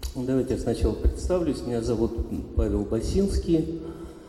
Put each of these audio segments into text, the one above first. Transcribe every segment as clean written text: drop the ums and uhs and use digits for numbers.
Давайте я сначала представлюсь. Меня зовут Павел Басинский.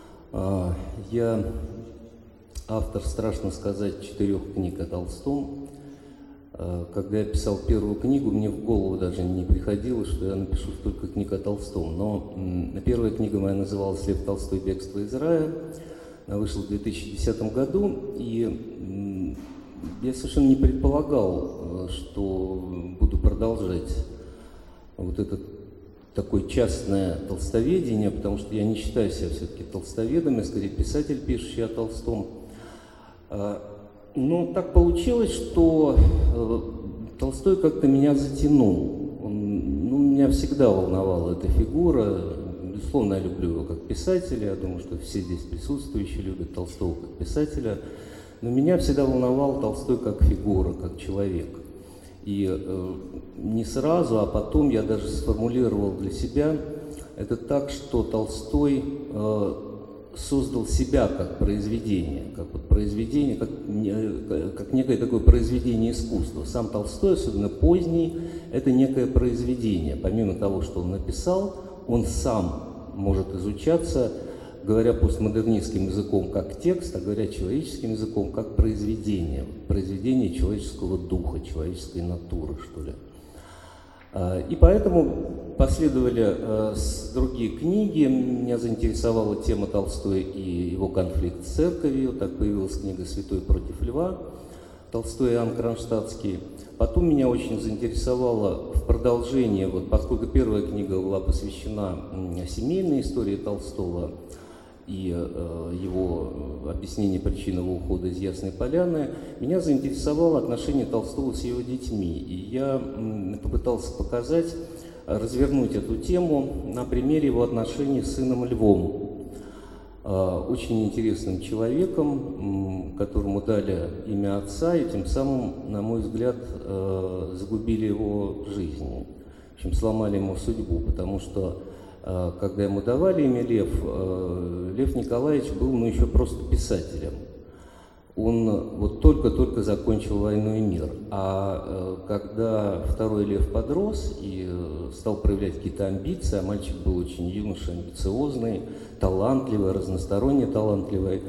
Я автор, страшно сказать, 4 книг о Толстом. Когда я писал первую книгу, мне в голову даже не приходило, что я напишу столько книг о Толстом. Но первая книга моя называлась «Лев Толстой. Бегство из рая». Она вышла в 2010 году, и я совершенно не предполагал, что буду продолжать вот это такое частное толстоведение, потому что я не считаю себя все-таки толстоведом, я скорее писатель, пишущий о Толстом. Но так получилось, что Толстой как-то меня затянул. Меня всегда волновала эта фигура. Безусловно, я люблю его как писателя. Я думаю, что все здесь присутствующие любят Толстого как писателя. Но меня всегда волновал Толстой как фигура, как человек. И не сразу, а потом я даже сформулировал для себя это так, что Толстой создал себя как произведение, как некое такое произведение искусства. Сам Толстой, особенно поздний, это некое произведение. Помимо того, что он написал, он сам может изучаться, говоря постмодернистским языком, как текст, а говоря человеческим языком, как произведение. Произведение человеческого духа, человеческой натуры, что ли. И поэтому последовали другие книги. Меня заинтересовала тема Толстой и его конфликт с церковью. Так появилась книга «Святой против льва», Толстой и Иоанн Кронштадтский. Потом меня очень заинтересовало в продолжение, поскольку первая книга была посвящена семейной истории Толстого и его объяснение причин его ухода из Ясной Поляны, меня заинтересовало отношение Толстого с его детьми. И я попытался показать, развернуть эту тему на примере его отношений с сыном Львом. Очень интересным человеком, которому дали имя отца, и тем самым, на мой взгляд, загубили его жизнь. В общем, сломали ему судьбу, потому что когда ему давали имя Лев, Лев Николаевич был еще просто писателем. Он только-только закончил «Войну и мир». А когда второй Лев подрос и стал проявлять какие-то амбиции, а мальчик был очень юношей, амбициозный, талантливый, разносторонне талантливый,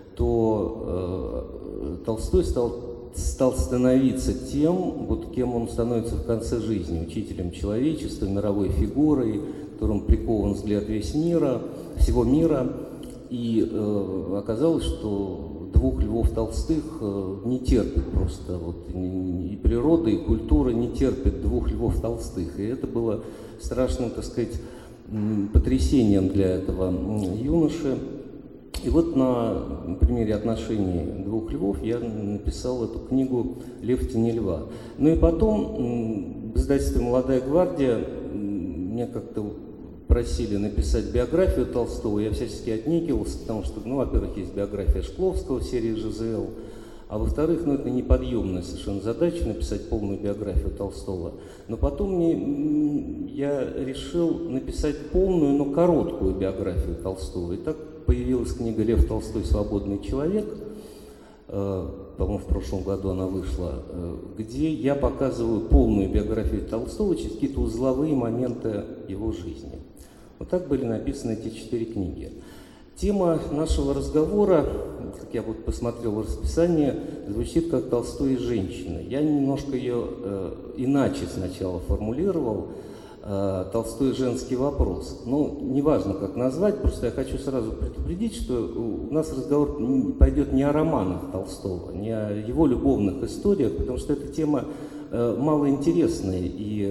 то Толстой стал становиться тем, кем он становится в конце жизни, учителем человечества, мировой фигурой, которым прикован взгляд всего мира. И оказалось, что 2 Львов Толстых не терпит просто, и природа, и культура не терпит 2 Львов Толстых. И это было страшным, так сказать, потрясением для этого юноши. И на примере отношений 2 львов я написал эту книгу «Лев в тени льва». Ну и потом в издательстве «Молодая гвардия» меня как-то просили написать биографию Толстого. Я всячески отнекивался, потому что, во-первых, есть биография Шкловского в серии «ЖЗЛ», а во-вторых, это неподъемная совершенно задача написать полную биографию Толстого. Но потом я решил написать полную, но короткую биографию Толстого. И так появилась книга «Лев Толстой. Свободный человек». По-моему, в прошлом году она вышла, где я показываю полную биографию Толстого через какие-то узловые моменты его жизни. Вот так были написаны эти 4 книги. Тема нашего разговора, как я посмотрел в расписание, звучит как «Толстой и женщина». Я немножко ее иначе сначала формулировал. Толстой женский вопрос. Неважно, как назвать, просто я хочу сразу предупредить, что у нас разговор пойдет не о романах Толстого, не о его любовных историях, потому что эта тема малоинтересная, и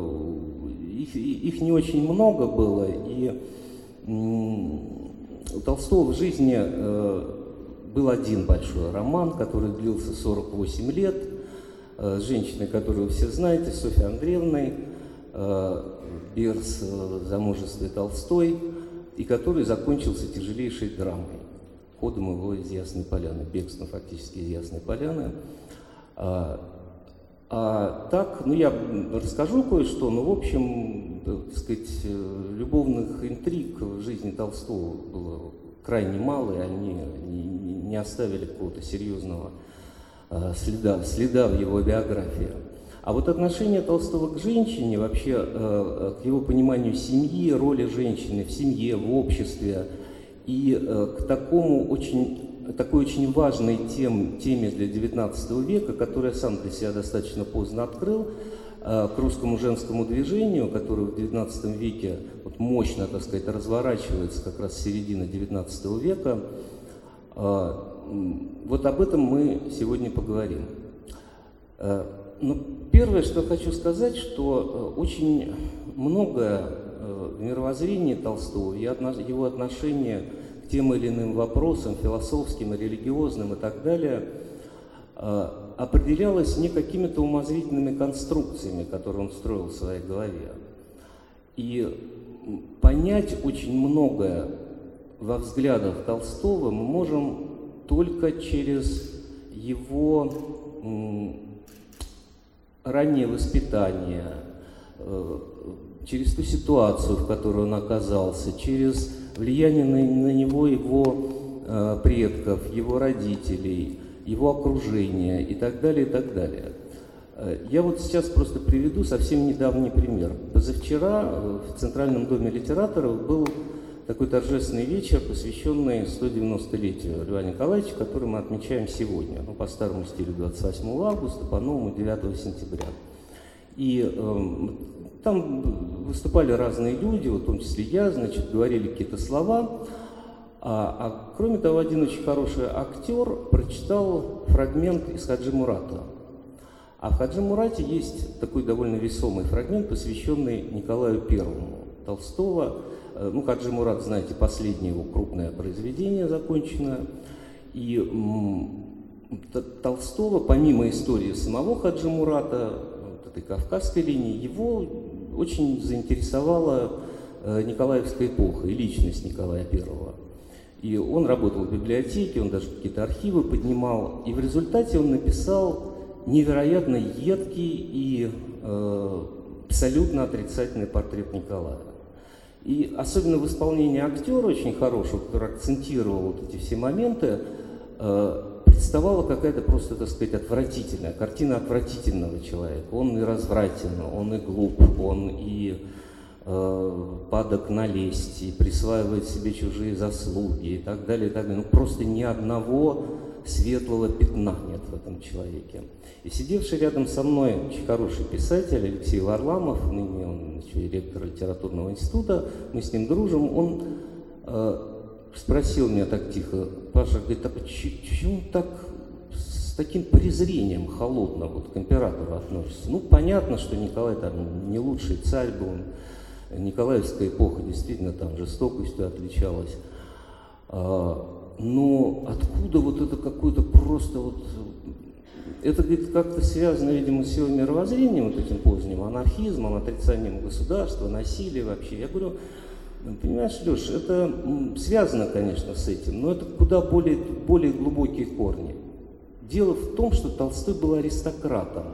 их не очень много было, и у Толстого в жизни был один большой роман, который длился 48 лет, с женщиной, которую вы все знаете, Софьей Андреевной, Берс, замужестве Толстой, и который закончился тяжелейшей драмой, ходом его из Ясной Поляны, бегством фактически из Ясной Поляны. Так, я расскажу кое-что, но, в общем, так сказать, любовных интриг в жизни Толстого было крайне мало, и они не оставили какого-то серьезного следа в его биографии. А вот отношение Толстого к женщине, вообще к его пониманию семьи, роли женщины в семье, в обществе, и к такой очень важной теме для XIX века, которую я сам для себя достаточно поздно открыл, к русскому женскому движению, которое в XIX веке вот мощно, так сказать, разворачивается как раз с середины XIX века. Вот об этом мы сегодня поговорим. Ну, первое, что хочу сказать, что очень многое в мировоззрении Толстого, его отношение к тем или иным вопросам, философским, религиозным и так далее, определялось не какими-то умозрительными конструкциями, которые он строил в своей голове. И понять очень многое во взглядах Толстого мы можем только через его раннее воспитание, через ту ситуацию, в которой он оказался, через влияние на него его предков, его родителей, его окружение и так далее, и так далее. Я вот сейчас просто приведу совсем недавний пример. Позавчера в Центральном доме литераторов был такой торжественный вечер, посвященный 190-летию Льва Николаевича, который мы отмечаем сегодня, ну, по старому стилю 28 августа, по новому 9 сентября. И там выступали разные люди, в том числе я, значит, говорили какие-то слова. Кроме того, один очень хороший актер прочитал фрагмент из Хаджи Мурата. А в Хаджи Мурате есть такой довольно весомый фрагмент, посвященный Николаю Первому Толстого. Ну, Хаджи Мурат, знаете, последнее его крупное произведение законченное. И Толстого, помимо истории самого Хаджи Мурата, вот этой кавказской линии, его очень заинтересовала Николаевская эпоха и личность Николая Первого. И он работал в библиотеке, он даже какие-то архивы поднимал. И в результате он написал невероятно едкий и абсолютно отрицательный портрет Николая. И особенно в исполнении актера очень хорошего, который акцентировал вот эти все моменты, представала какая-то просто, так сказать, отвратительная, картина отвратительного человека. Он и развратен, он и глуп, он и падок на лесть, и присваивает себе чужие заслуги и так далее, и так далее. Ну, просто ни одного светлого пятна нет в этом человеке. И сидевший рядом со мной очень хороший писатель Алексей Варламов, ныне он еще и ректор литературного института, мы с ним дружим, он спросил меня так тихо: Паша, говорит, а почему так с таким презрением холодно вот к императору относится? Ну, понятно, что Николай там не лучший царь был, Николаевская эпоха действительно там жестокостью отличалась. Но откуда вот это какое-то просто вот... Это, говорит, как-то связано, видимо, с его мировоззрением, вот этим поздним анархизмом, отрицанием государства, насилия вообще. Я говорю, понимаешь, Леш, это связано, конечно, с этим, но это куда более глубокие корни. Дело в том, что Толстой был аристократом.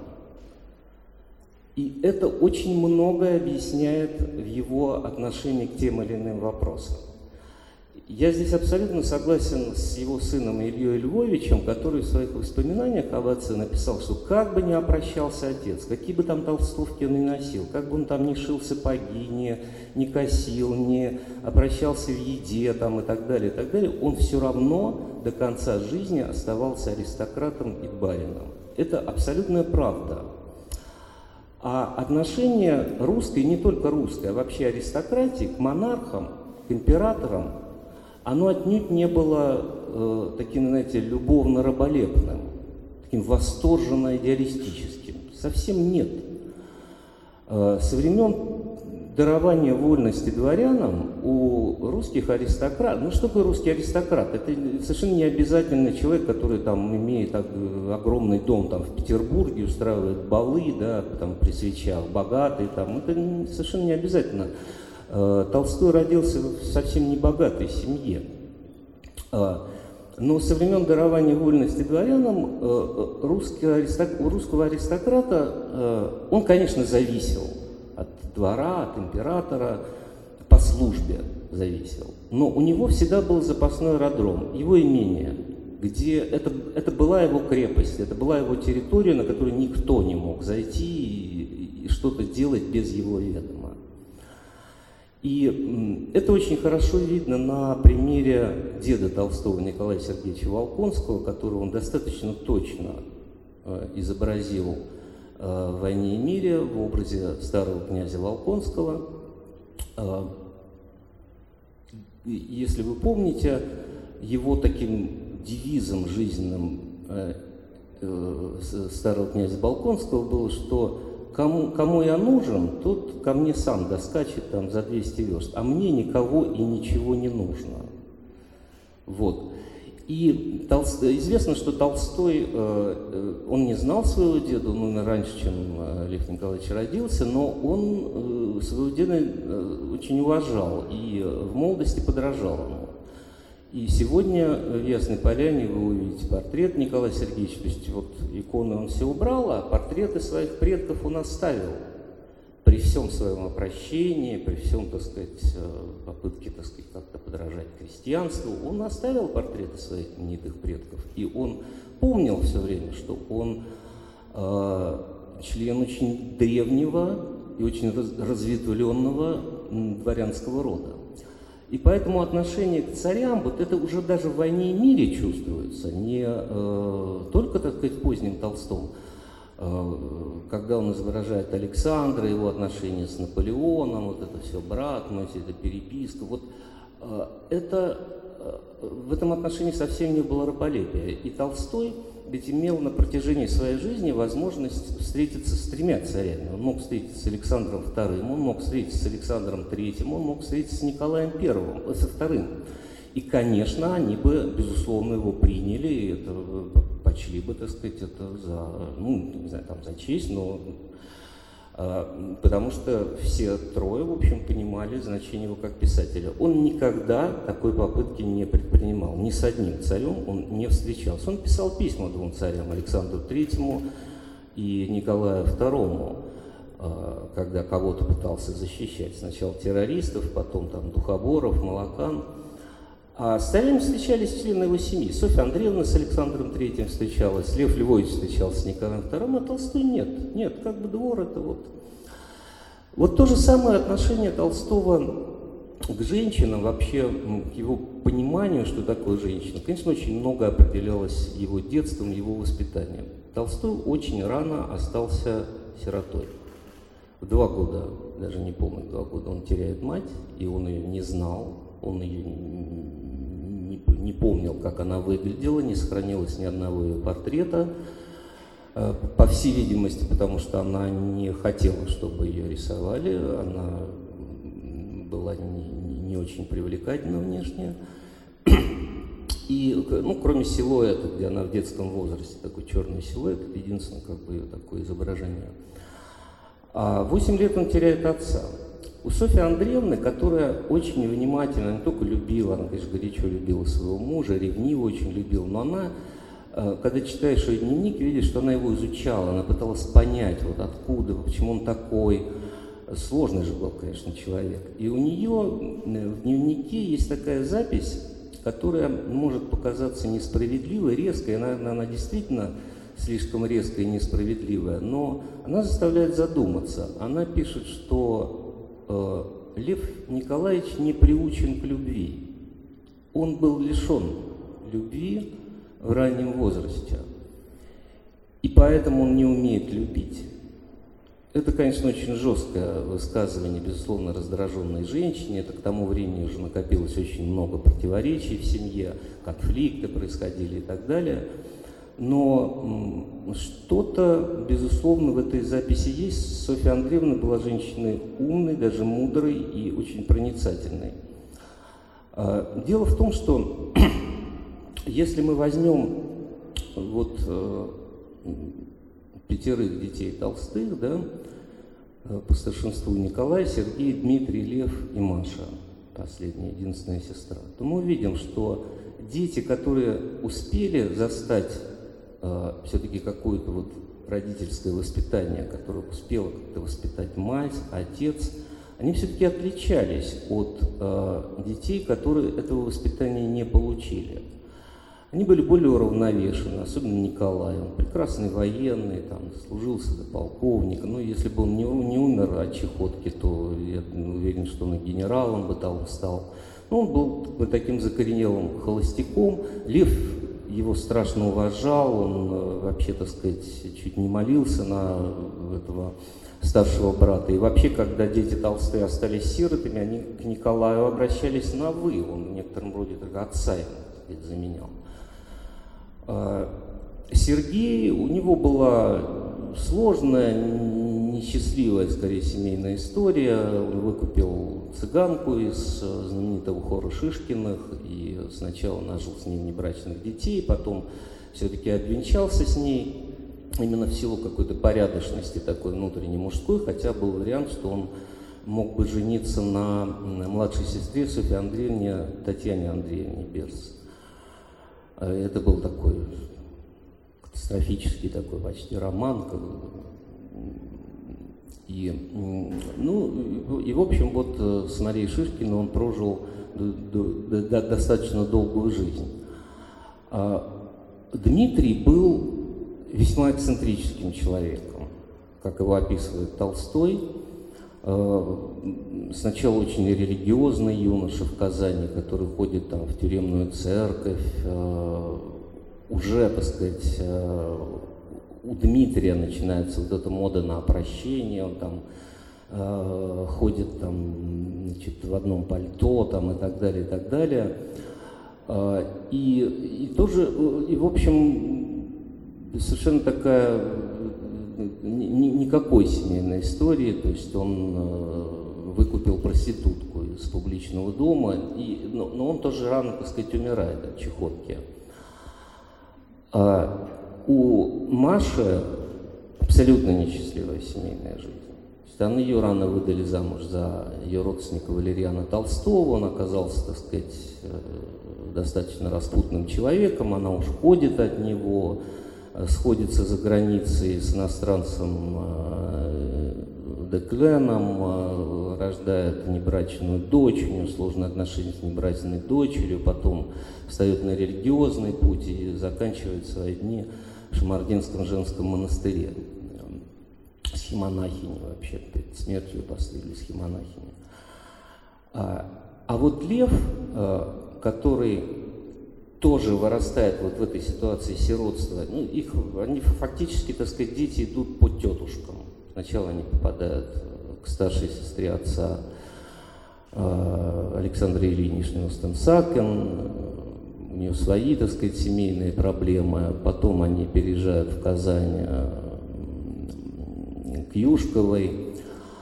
И это очень многое объясняет в его отношении к тем или иным вопросам. Я здесь абсолютно согласен с его сыном Ильей Львовичем, который в своих воспоминаниях об отце написал, что как бы ни обращался отец, какие бы там толстовки он ни носил, как бы он там ни шил сапоги, не косил, не обращался в еде там, и так далее, он все равно до конца жизни оставался аристократом и барином. Это абсолютная правда. А отношение русской, не только русской, а вообще аристократии к монархам, к императорам, оно отнюдь не было таким, знаете, любовно-раболепным, таким восторженно-идеалистическим. Совсем нет. Со времен дарования вольности дворянам у русских аристократов, ну что такое русский аристократ? Это совершенно не обязательно человек, который там имеет огромный дом там в Петербурге, устраивает балы, да, там при свечах, богатый там, это совершенно не обязательно. Толстой родился в совсем небогатой семье. Но со времен дарования вольности дворянам у русского аристократа, он, конечно, зависел от двора, от императора, по службе зависел. Но у него всегда был запасной аэродром, его имение. где это была его крепость, это была его территория, на которую никто не мог зайти и что-то делать без его ведома. И это очень хорошо видно на примере деда Толстого Николая Сергеевича Волконского, которого он достаточно точно изобразил в «Войне и мире» в образе старого князя Волконского. Если вы помните, его таким девизом жизненным старого князя Волконского было, что кому я нужен, тот ко мне сам доскачет там за 200 верст, а мне никого и ничего не нужно. Вот. И известно, что Толстой, он не знал своего деда, он умер раньше, чем Лев Николаевич родился, но он своего деда очень уважал и в молодости подражал ему. И сегодня в Ясной Поляне вы увидите портрет Николая Сергеевича, то есть вот иконы он все убрал, а портреты своих предков он оставил. При всем своем обращении, при всем, так сказать, попытке, так сказать, как-то подражать крестьянству, он оставил портреты своих именитых предков. И он помнил все время, что он член очень древнего и очень разветвленного дворянского рода. И поэтому отношение к царям, вот это уже даже в «Войне и мире» чувствуется, не только, так сказать, в позднем Толстом, когда он изображает Александра, его отношения с Наполеоном, вот это все, брат мой, это переписка, вот это, в этом отношении совсем не было раболепия. И Толстой ведь имел на протяжении своей жизни возможность встретиться с тремя царями. Он мог встретиться с Александром II, он мог встретиться с Александром III, он мог встретиться с Николаем I, со вторым. И, конечно, они бы, безусловно, его приняли, и это почли бы, так сказать, это за, ну, не знаю, там, за честь, но потому что все трое, в общем, понимали значение его как писателя. Он никогда такой попытки не предпринимал, ни с одним царем он не встречался. Он писал письма двум царям, Александру III и Николаю II, когда кого-то пытался защищать. Сначала террористов, потом там духоборов, молокан. А с царями встречались члены его семьи. Софья Андреевна с Александром III встречалась, Лев Львович встречался с Николаем II, а Толстой нет. Нет, как бы двор это вот. Вот то же самое отношение Толстого к женщинам, вообще к его пониманию, что такое женщина, конечно, очень много определялось его детством, его воспитанием. Толстой очень рано остался сиротой. В 2 года, даже не помню, 2 года он теряет мать, и он ее не знал, он ее не помнил, как она выглядела, не сохранилось ни одного ее портрета, по всей видимости, потому что она не хотела, чтобы ее рисовали, она была не очень привлекательна внешне. И, ну, кроме силуэта, где она в детском возрасте, такой черный силуэт, это единственное, как бы, такое изображение. А 8 лет он теряет отца. У Софьи Андреевны, которая очень внимательно, не только любила, она, конечно, горячо любила своего мужа, ревниво очень любила, но она, когда читаешь ее дневник, видишь, что она его изучала, она пыталась понять, вот откуда, почему он такой. Сложный же был, конечно, человек. И у нее в дневнике есть такая запись, которая может показаться несправедливой, резкой, она действительно слишком резкая и несправедливая, но она заставляет задуматься. Она пишет, что Лев Николаевич не приучен к любви. Он был лишен любви в раннем возрасте, и поэтому он не умеет любить. Это, конечно, очень жесткое высказывание, безусловно, раздраженной женщине. Это к тому времени уже накопилось очень много противоречий в семье, конфликты происходили и так далее. Но что-то, безусловно, в этой записи есть. Софья Андреевна была женщиной умной, даже мудрой и очень проницательной. Дело в том, что если мы возьмем вот 5 детей Толстых, да, по старшинству Николай, Сергей, Дмитрий, Лев и Маша, последняя, единственная сестра, то мы увидим, что дети, которые успели застать все-таки какое-то вот родительское воспитание, которое успело как-то воспитать мать, отец, они все-таки отличались от детей, которые этого воспитания не получили. они были более уравновешены, особенно Николай. Он прекрасный военный, там, служился до полковника. Но если бы он не умер от чехотки, то я уверен, что он и генералом бы там стал. Но он был таким закоренелым холостяком. Лев его страшно уважал, он вообще, так сказать, чуть не молился на этого старшего брата. И вообще, когда дети Толстые остались сиротами, они к Николаю обращались на «вы». Он в некотором роде только отца ему, так сказать, заменял. Сергей, у него была сложная, несчастливая, скорее, семейная история. Он выкупил цыганку из знаменитого хора Шишкиных и сначала нажил с ней внебрачных детей, потом все-таки обвенчался с ней именно в силу какой-то порядочности такой внутренней мужской, хотя был вариант, что он мог бы жениться на младшей сестре Софьи Андреевне, Татьяне Андреевне Берс. Это был такой катастрофический такой почти роман. И в общем, вот с Марией Шишкиной он прожил достаточно долгую жизнь. Дмитрий был весьма эксцентрическим человеком, как его описывает Толстой. Сначала очень религиозный юноша в Казани, который ходит там в тюремную церковь. Уже, так сказать, у Дмитрия начинается вот эта мода на опрощение. Он там ходит там, значит, в одном пальто там, и так далее, и так далее. И тоже, и в общем, совершенно такая никакой семейной истории, то есть он выкупил проститутку из публичного дома, но он тоже рано, так сказать, умирает от чехотки. У Маши абсолютно несчастливая семейная жизнь. Ее рано выдали замуж за ее родственника Валериана Толстого, он оказался, так сказать, достаточно распутным человеком, она уж ходит от него, сходится за границей с иностранцем Декленом, рождает внебрачную дочь, у него сложные отношения с внебрачной дочерью, потом встает на религиозный путь и заканчивает свои дни в Шамардинском женском монастыре. Схемонахини вообще, перед смертью постригли схемонахини. А вот Лев, который тоже вырастает вот в этой ситуации сиротства, они фактически, так сказать, дети идут по тетушкам. Сначала они попадают к старшей сестре отца Александре Ильиничне Остенсакен, у нее свои, так сказать, семейные проблемы, потом они переезжают в Казань к Юшковой.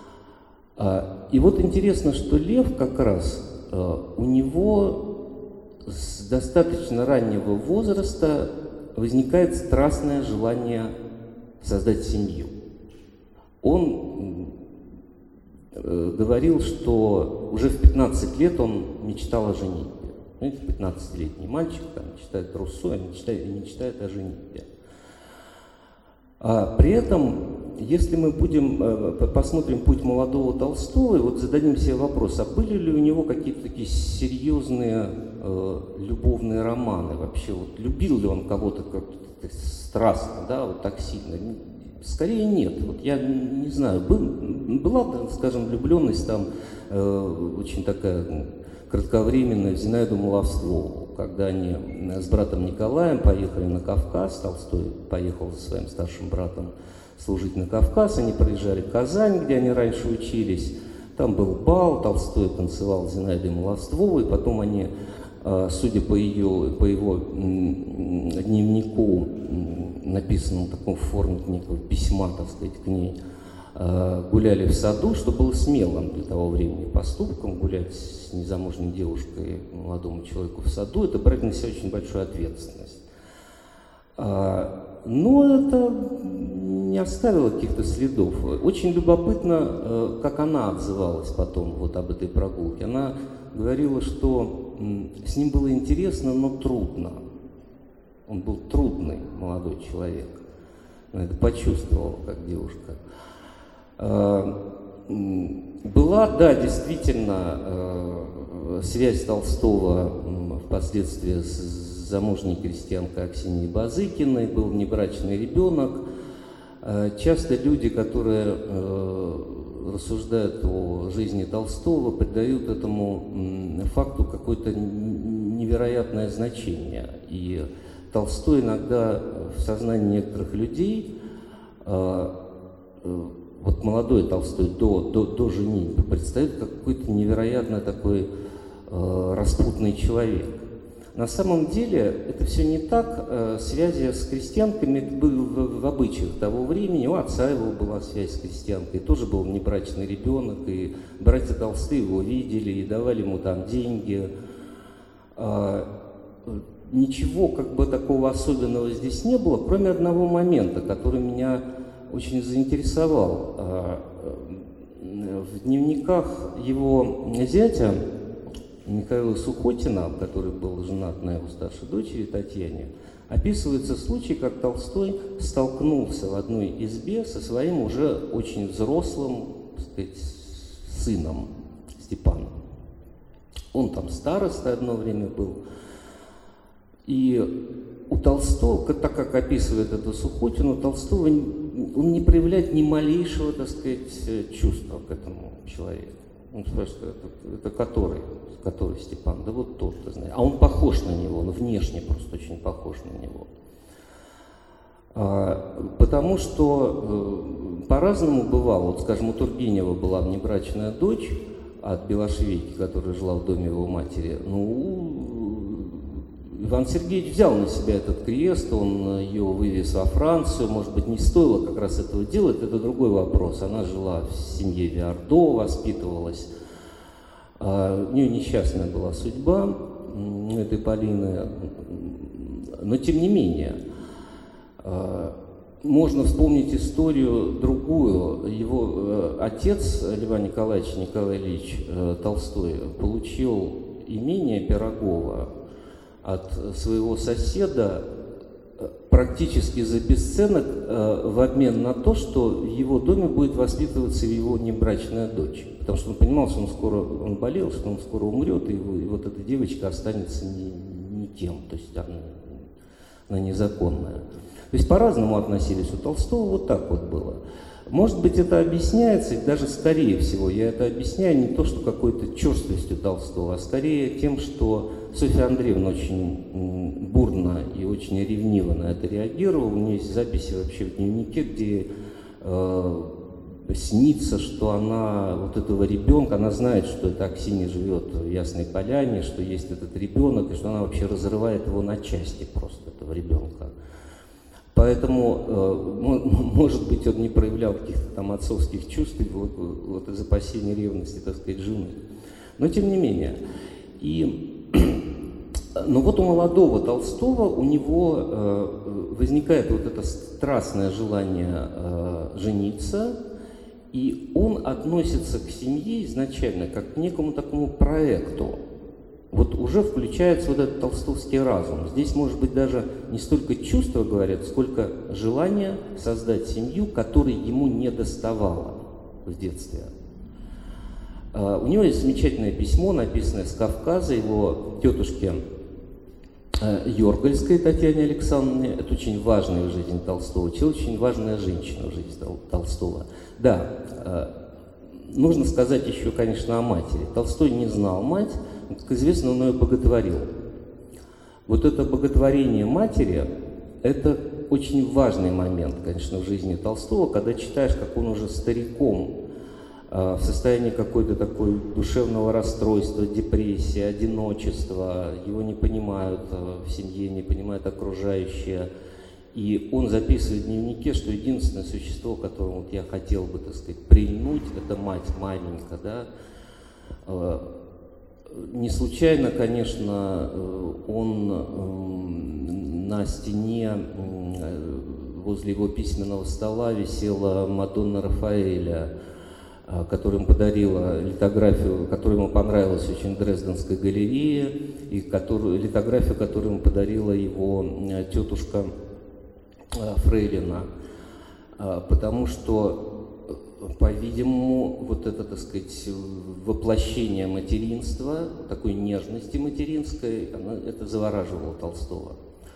И вот интересно, что Лев как раз, у него с достаточно раннего возраста возникает страстное желание создать семью. Он говорил, что уже в 15 лет он мечтал о женитьбе. Знаете, 15-летний мальчик там читает Руссо, и мечтает о женитьбе. При этом, если мы посмотрим путь молодого Толстого, и вот зададим себе вопрос, а были ли у него какие-то такие серьезные любовные романы вообще? Вот любил ли он кого-то как-то страстно, да, вот так сильно? Скорее нет. Вот я не знаю, была, скажем, влюбленность там очень такая кратковременная в Зинаиду Маловствову, когда они с братом Николаем поехали на Кавказ, Толстой поехал со своим старшим братом служить на Кавказ, они проезжали Казань, где они раньше учились, там был бал, Толстой танцевал с Зинаидой Маловствовой, потом они, судя по его дневнику, написанному в таком форме некого письма, так сказать, к ней, гуляли в саду, что было смелым для того времени поступком, гулять с незамужней девушкой, молодому человеку в саду, это брать на себя очень большую ответственность. Но это не оставило каких-то следов. Очень любопытно, как она отзывалась потом вот об этой прогулке. Она говорила, что с ним было интересно, но трудно. Он был трудный молодой человек. Она это почувствовала, как девушка. Была, да, действительно, связь Толстого впоследствии с замужней крестьянкой Аксиньей Базыкиной, был внебрачный ребенок. Часто люди, которые рассуждают о жизни Толстого, придают этому факту какое-то невероятное значение. И Толстой иногда в сознании некоторых людей, вот молодой Толстой до женитьбы, предстает как какой-то невероятно такой распутный человек. На самом деле это все не так. Связи с крестьянками были в обычаях того времени. У отца его была связь с крестьянкой, тоже был внебрачный ребенок, и братья Толстые его видели и давали ему там деньги. Ничего как бы такого особенного здесь не было, кроме одного момента, который меня очень заинтересовал. В дневниках его зятя Михаила Сухотина, который был женат на его старшей дочери Татьяне, описывается случай, как Толстой столкнулся в одной избе со своим уже очень взрослым, так сказать, сыном Степаном. Он там старостой одно время был. И у Толстого, так как описывает это Сухотин, у Толстого он не проявляет ни малейшего, так сказать, чувства к этому человеку. Он спрашивает, это который Степан? Да вот тот, ты знаешь. А он похож на него, он внешне просто очень похож на него. Потому что по-разному бывало. Вот, скажем, у Тургенева была внебрачная дочь от Белошвейки, которая жила в доме его матери. Иван Сергеевич взял на себя этот крест, он ее вывез во Францию. Может быть, не стоило как раз этого делать, это другой вопрос. Она жила в семье Виардо, воспитывалась. У нее несчастная была судьба этой Полины. Но, тем не менее, можно вспомнить историю другую. Его отец, Льва Николаевич, Николай Ильич Толстой, получил имение Пирогова от своего соседа практически за бесценок в обмен на то, что в его доме будет воспитываться его внебрачная дочь. Потому что он понимал, что он болел, что он скоро умрет, и вот эта девочка останется не тем, то есть она незаконная. То есть по-разному относились. У Толстого вот так вот было. Может быть, это объясняется, и даже скорее всего, я это объясняю не то, что какой-то черствостью Толстого, а скорее тем, что Софья Андреевна очень бурно и очень ревниво на это реагировала. У нее есть записи вообще в дневнике, где снится, что она вот этого ребенка, она знает, что это Аксинья живет в Ясной Поляне, что есть этот ребенок, и что она вообще разрывает его на части просто, этого ребенка. Поэтому, может быть, он не проявлял каких-то там отцовских чувств вот из опасения ревности, так сказать, жены. Но тем не менее. Но вот у молодого Толстого, у него возникает вот это страстное желание жениться, и он относится к семье изначально как к некому такому проекту. Вот уже включается вот этот толстовский разум. Здесь, может быть, даже не столько чувства, говорят, сколько желание создать семью, которой ему не доставало в детстве. У него есть замечательное письмо, написанное с Кавказа, его тетушке Йоргальской Татьяне Александровне. Это очень важная в жизни Толстого человек, очень важная женщина в жизни Толстого. Да, нужно сказать еще, конечно, о матери. Толстой не знал мать, как известно, он ее боготворил. Вот это боготворение матери – это очень важный момент, конечно, в жизни Толстого, когда читаешь, как он уже стариком, в состоянии какой-то такой душевного расстройства, депрессии, одиночества, его не понимают в семье, не понимают окружающие. И он записывает в дневнике, что единственное существо, к которому вот я хотел бы, так сказать, прильнуть, это мать, маменька, да. Не случайно, конечно, он на стене возле его письменного стола висела Мадонна Рафаэля, которая ему подарила литографию, которая ему понравилась очень в Дрезденской галерее, и литографию, которую ему подарила его тетушка Фрейлина, потому что по-видимому, вот это, так сказать, воплощение материнства, такой нежности материнской, это завораживало Толстого.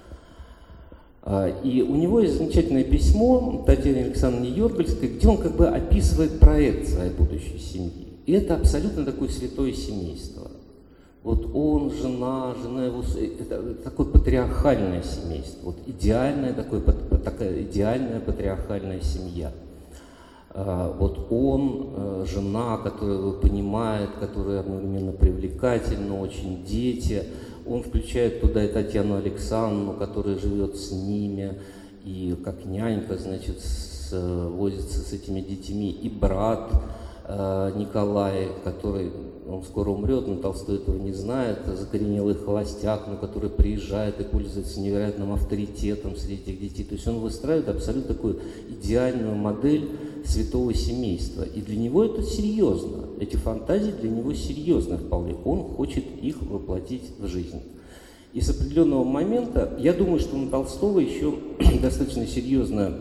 И у него есть замечательное письмо Татьяне Александровне Юргальской, где он как бы описывает проект своей будущей семьи. И это абсолютно такое святое семейство. Вот он, жена его, это такое патриархальное семейство, вот идеальная такая идеальная патриархальная семья. Вот он, жена, которая его понимает, которая одновременно привлекательна, очень дети. Он включает туда и Татьяну Александровну, которая живет с ними, и как нянька, значит, возится с этими детьми, и брат Николай, который, он скоро умрет, но Толстой этого не знает, закоренелый холостяк, но который приезжает и пользуется невероятным авторитетом среди этих детей. То есть он выстраивает абсолютно такую идеальную модель святого семейства. И для него это серьезно. Эти фантазии для него серьезны вполне. Он хочет их воплотить в жизнь. И с определенного момента, я думаю, что на Толстого еще достаточно серьезно,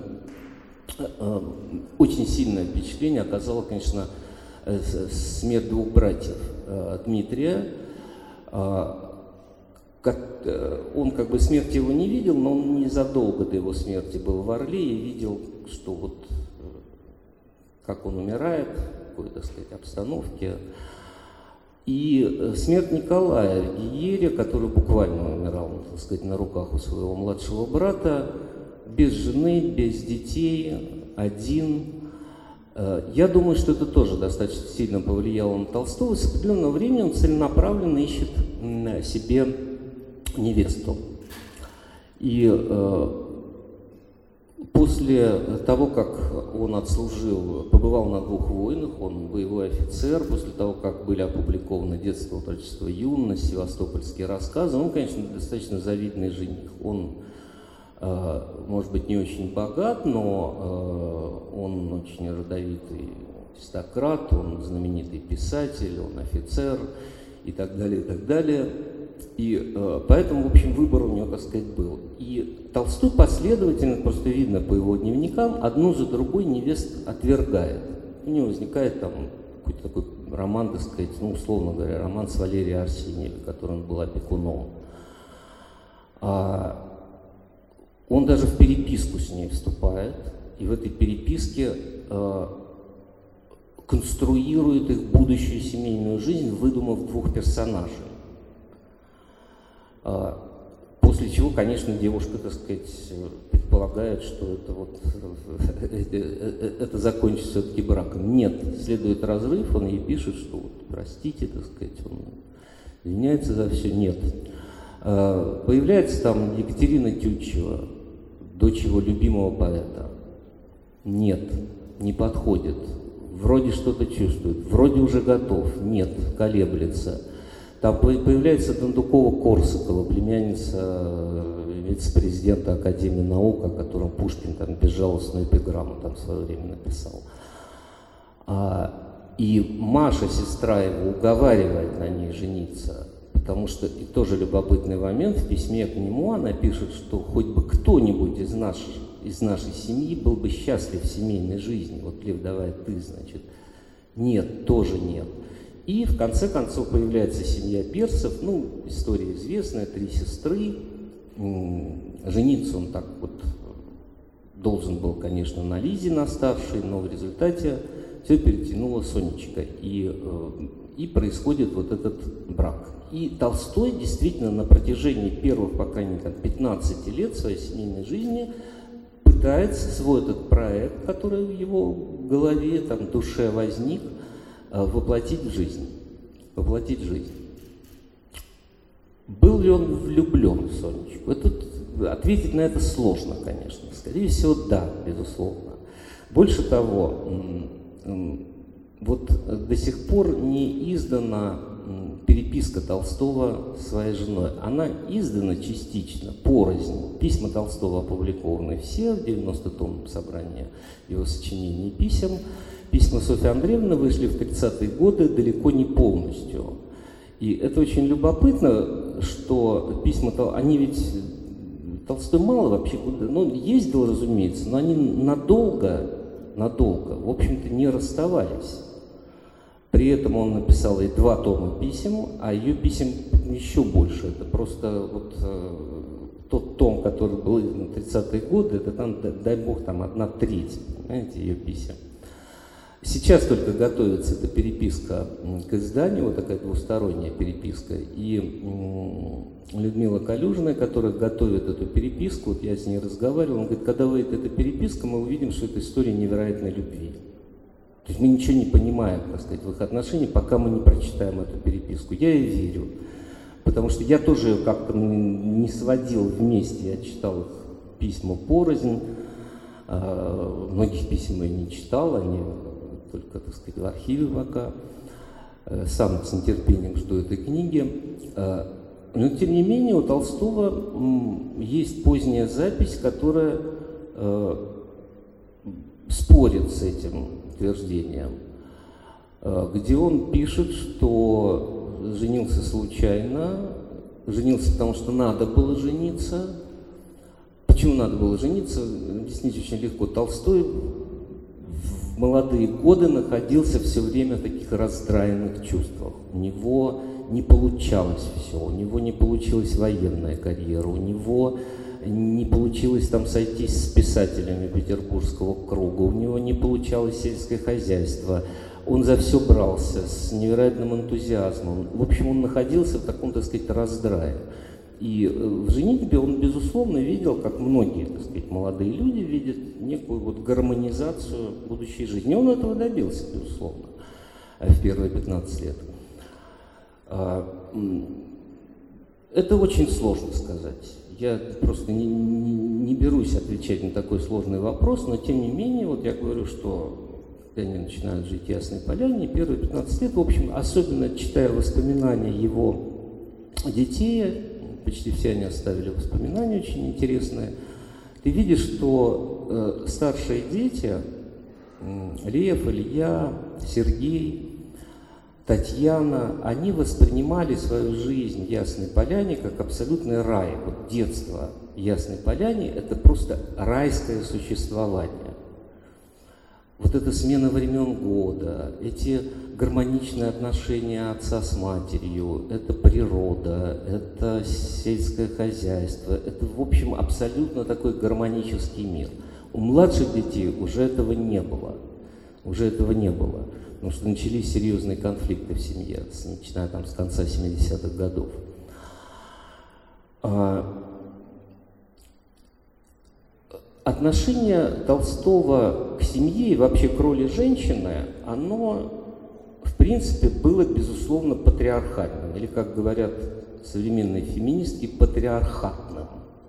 очень сильное впечатление оказала, конечно, смерть двух братьев Дмитрия. Он как бы смерти его не видел, но он незадолго до его смерти был в Орле и видел, что вот как он умирает, в какой, так сказать, обстановке. И смерть Николая в Гиере, который буквально умирал, так сказать, на руках у своего младшего брата, без жены, без детей, один. Я думаю, что это тоже достаточно сильно повлияло на Толстого. С определенного времени он целенаправленно ищет себе невесту. И после того, как он отслужил, побывал на 2 войнах, он боевой офицер, после того, как были опубликованы «Детство, отрочество, юность», «Севастопольские рассказы», он, конечно, достаточно завидный жених. Он, может быть, не очень богат, но он очень родовитый аристократ, он знаменитый писатель, он офицер и так далее, и так далее. И поэтому, в общем, выбор у него, так сказать, был. И Толстой последовательно, просто видно по его дневникам, одну за другой невест отвергает. У него возникает там какой-то такой роман, так сказать, ну, условно говоря, роман с Валерией Арсеньевой, которым он был опекуном. Он даже в переписку с ней вступает, и в этой переписке конструирует их будущую семейную жизнь, выдумав 2 персонажей. После чего, конечно, девушка, так сказать, предполагает, что это вот это закончится все-таки браком. Нет, следует разрыв, он ей пишет, что вот, простите, так сказать, он извиняется за все. Нет. Появляется там Екатерина Тютчева, дочь его любимого поэта. Нет, не подходит. Вроде что-то чувствует, вроде уже готов. Нет, колеблется. Там появляется Дондукова-Корсакова, племянница вице-президента Академии наук, о котором Пушкин там безжалостную эпиграмму там в свое время написал. И Маша, сестра его, уговаривает на ней жениться, потому что, и тоже любопытный момент, в письме к нему она пишет, что хоть бы кто-нибудь из нашей семьи был бы счастлив в семейной жизни. Вот, Лев, давай ты, значит. Нет, тоже нет. И в конце концов появляется семья Персов, ну, история известная, 3 сестры. Жениться он так вот должен был, конечно, на Лизе, на старшей, но в результате все перетянуло Сонечка, и происходит вот этот брак. И Толстой действительно на протяжении первых, по крайней мере, 15 лет своей семейной жизни пытается свой этот проект, который в его голове, там, душе возник, воплотить в жизнь. Воплотить жизнь. Был ли он влюблен в Сонечку? Ответить на это сложно, конечно. Скорее всего, да, безусловно. Больше того, вот до сих пор не издана переписка Толстого с своей женой. Она издана частично, порознь. Письма Толстого опубликованы все в 90-томном собрании его сочинений и писем. Письма Софьи Андреевны вышли в 30-е годы далеко не полностью. И это очень любопытно, что письма, они ведь, Толстой мало вообще куда, ну, ездил, разумеется, но они надолго надолго, в общем-то, не расставались. При этом он написал ей 2 тома писем, а ее писем еще больше. Это просто вот тот том, который был на 30-е годы, это там, дай бог, там 1/3, понимаете, ее писем. Сейчас только готовится эта переписка к изданию, вот такая двусторонняя переписка. И Людмила Калюжная, которая готовит эту переписку, вот я с ней разговаривал, он говорит, когда выйдет эта переписка, мы увидим, что это история невероятной любви. То есть мы ничего не понимаем, так сказать, в их отношениях, пока мы не прочитаем эту переписку. Я ей верю, потому что я тоже как-то не сводил вместе, я читал их письма порознь, многих писем я не читал, они только, так сказать, в архиве пока. Сам с нетерпением жду этой книги. Но, тем не менее, у Толстого есть поздняя запись, которая спорит с этим утверждением, где он пишет, что женился случайно, женился, потому что надо было жениться. Почему надо было жениться? Объяснить очень легко. Толстой в молодые годы находился все время в таких раздраенных чувствах. У него не получалось все, у него не получилась военная карьера, у него не получилось там сойтись с писателями петербургского круга, у него не получалось сельское хозяйство, он за все брался с невероятным энтузиазмом. В общем, он находился в таком, так сказать, раздрае. И в женитьбе он, безусловно, видел, как многие, так сказать, молодые люди видят некую вот гармонизацию будущей жизни. Он этого добился, безусловно, в первые 15 лет. Это очень сложно сказать. Я просто не берусь отвечать на такой сложный вопрос, но тем не менее, вот я говорю, что когда они начинают жить в Ясной Поляне, первые 15 лет, в общем, особенно читая воспоминания его детей, почти все они оставили воспоминания очень интересные, ты видишь, что старшие дети, Лев, Илья, Сергей, Татьяна, они воспринимали свою жизнь в Ясной Поляне как абсолютный рай. Вот детство в Ясной Поляне – это просто райское существование. Вот эта смена времен года, эти гармоничные отношения отца с матерью, это природа, это сельское хозяйство, это, в общем, абсолютно такой гармонический мир. У младших детей уже этого не было. Потому что начались серьезные конфликты в семье, начиная там с конца 70-х годов. Отношение Толстого к семье и вообще к роли женщины, оно, в принципе, было, безусловно, патриархальным, или, как говорят современные феминистки, патриархатным.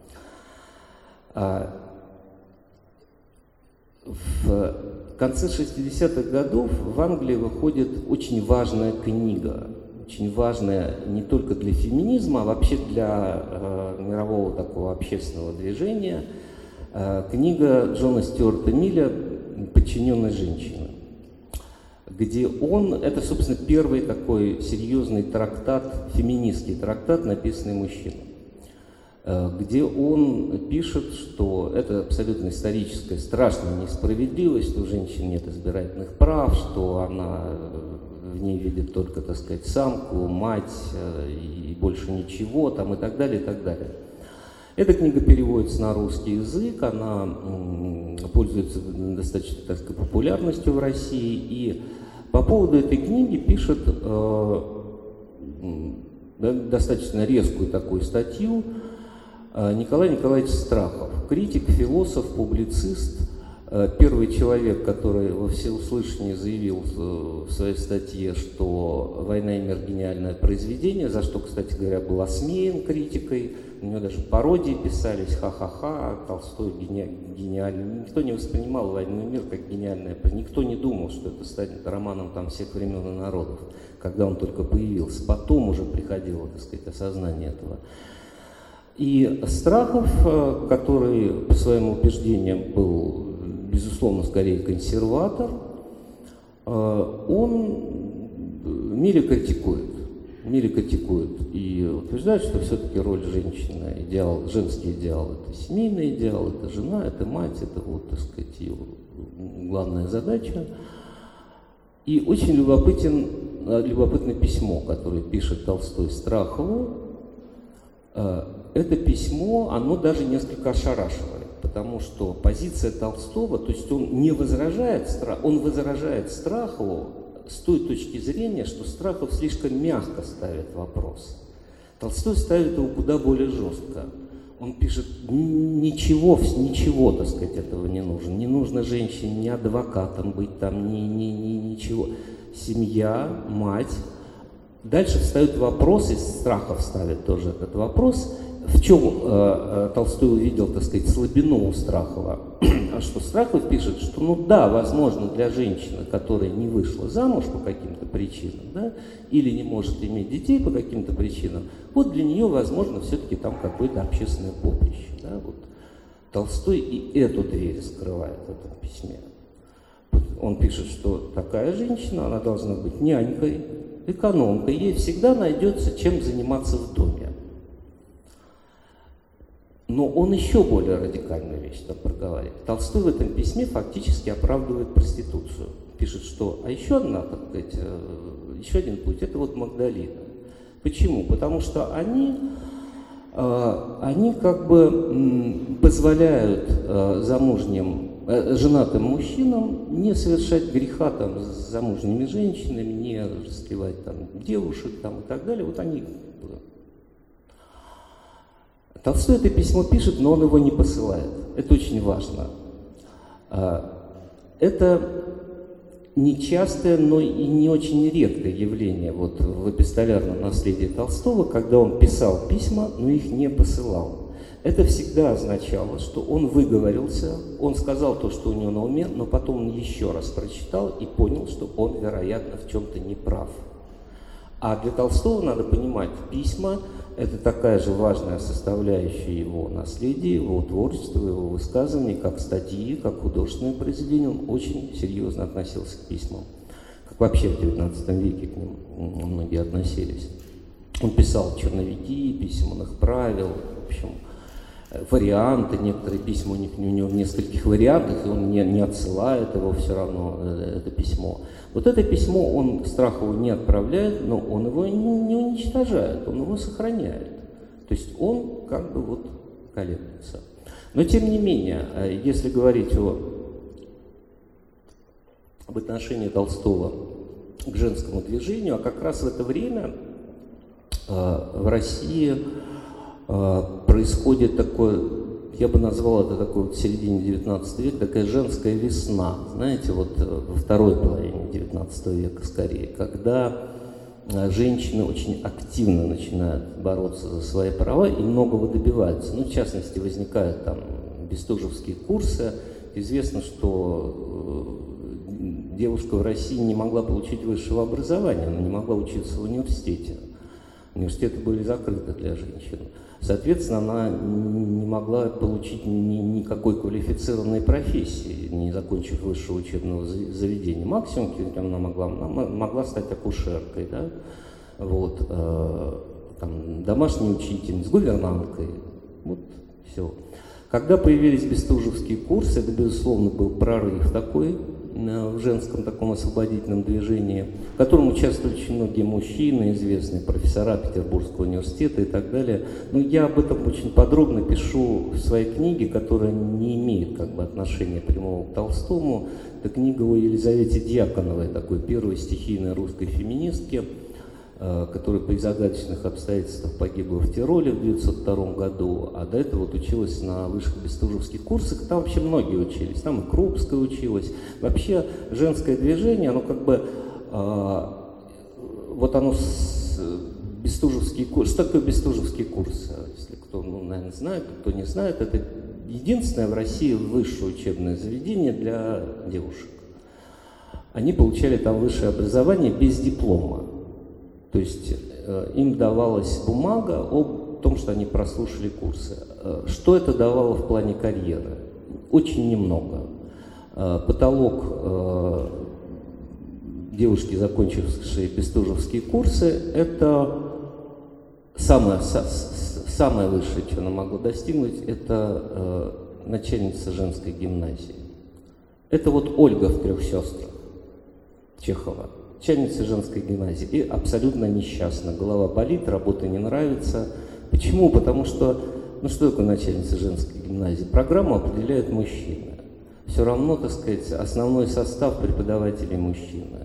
В конце 60-х годов в Англии выходит очень важная книга, очень важная не только для феминизма, а вообще для мирового такого общественного движения, книга Джона Стюарта Милля «Подчиненная женщина», где он, это, собственно, первый такой серьезный трактат, феминистский трактат, написанный мужчиной, где он пишет, что это абсолютно историческая страшная несправедливость, что у женщин нет избирательных прав, что она в ней видит только, так сказать, самку, мать и больше ничего, там, и так далее, и так далее. Эта книга переводится на русский язык, она пользуется достаточно, так сказать, популярностью в России, и по поводу этой книги пишет достаточно резкую такую статью Николай Николаевич Страхов, критик, философ, публицист, первый человек, который во всеуслышание заявил в своей статье, что «Война и мир» – гениальное произведение, за что, кстати говоря, был осмеян критикой, у него даже пародии писались, ха-ха-ха, Толстой гениальный. Никто не воспринимал «Войну и мир» как гениальное, никто не думал, что это станет романом там всех времен и народов, когда он только появился. Потом уже приходило, так сказать, осознание этого. И Страхов, который по своим убеждениям был, безусловно, скорее консерватор, он Милля критикует и утверждает, что все-таки роль женщины, идеал, женский идеал – это семейный идеал, это жена, это мать, это вот, так сказать, ее главная задача. И очень любопытное письмо, которое пишет Толстой Страхову. Это письмо, оно даже несколько ошарашивает, потому что позиция Толстого, то есть он не возражает, он возражает Страхову с той точки зрения, что Страхов слишком мягко ставит вопрос. Толстой ставит его куда более жестко. Он пишет, ничего, так сказать, этого не нужно. Не нужно женщине ни адвокатом быть, там, ничего. Семья, мать. Дальше встает вопрос, и Страхов ставит тоже этот вопрос, в чем Толстой увидел, так сказать, слабину у Страхова. А что Страхов пишет, что, ну да, возможно, для женщины, которая не вышла замуж по каким-то причинам, да, или не может иметь детей по каким-то причинам, вот для нее, возможно, все-таки там какое-то общественное поприще. Да, вот. Толстой и эту дверь скрывает в этом письме. Он пишет, что такая женщина, она должна быть нянькой, экономкой, ей всегда найдется чем заниматься в доме. Но он еще более радикальную вещь там проговаривает. Толстой в этом письме фактически оправдывает проституцию. Пишет, что, а еще одна, так сказать, еще один путь, это вот Магдалина. Почему? Потому что они как бы позволяют женатым мужчинам не совершать греха там с замужними женщинами, не растлевать там девушек там и так далее. Вот они... Толстой это письмо пишет, но он его не посылает. Это очень важно. Это нечастое, но и не очень редкое явление вот в эпистолярном наследии Толстого, когда он писал письма, но их не посылал. Это всегда означало, что он выговорился, он сказал то, что у него на уме, но потом он еще раз прочитал и понял, что он, вероятно, в чем-то не прав. А для Толстого надо понимать, письма – это такая же важная составляющая его наследия, его творчества, его высказываний, как статьи, как художественные произведения. Он очень серьезно относился к письмам, как вообще в XIX веке к ним многие относились. Он писал черновики, письменных правил, в общем, варианты, некоторые письма у него в нескольких вариантах, и он не отсылает его все равно, это письмо. Вот это письмо он Страхову не отправляет, но он его не уничтожает, он его сохраняет. То есть он как бы вот колеблется. Но тем не менее, если говорить об отношении Толстого к женскому движению, а как раз в это время в России происходит такое, я бы назвал это такой вот в середине 19 века, такая женская весна, знаете, вот во второй половине 19 века скорее, когда женщины очень активно начинают бороться за свои права и многого добиваются. Ну, в частности, возникают там бестужевские курсы. Известно, что девушка в России не могла получить высшего образования, она не могла учиться в университете. Университеты были закрыты для женщин. Соответственно, она не могла получить никакой квалифицированной профессии, не закончив высшего учебного заведения. Максимум, кем она могла стать акушеркой, да? Вот, там, домашней учительницей, гувернанткой. Вот все. Когда появились бестужевские курсы, это, безусловно, был прорыв такой в женском таком освободительном движении, в котором участвовали очень многие мужчины, известные профессора Петербургского университета и так далее. Но я об этом очень подробно пишу в своей книге, которая не имеет как бы отношения прямого к Толстому. Это книга о Елизавете Дьяконовой, такой первой стихийной русской феминистке, которая при загадочных обстоятельствах погибла в Тироле в 1902 году, а до этого вот училась на высших бестужевских курсах. Там вообще многие учились, там и Крупская училась. Вообще женское движение, оно как бы, вот оно, бестужевский курс. Что такое бестужевский курс? Если кто, наверное, знает, кто не знает, это единственное в России высшее учебное заведение для девушек. Они получали там высшее образование без диплома. То есть им давалась бумага о том, что они прослушали курсы. Что это давало в плане карьеры? Очень немного. Потолок девушки, закончившей бестужевские курсы, это самое высшее, что она могла достигнуть, это начальница женской гимназии. Это вот Ольга в «Трех сестрах» Чехова, ученица женской гимназии, и абсолютно несчастна. Голова болит, работа не нравится. Почему? Потому что, ну что такое начальница женской гимназии? Программу определяет мужчина. Все равно, так сказать, основной состав преподавателей мужчина.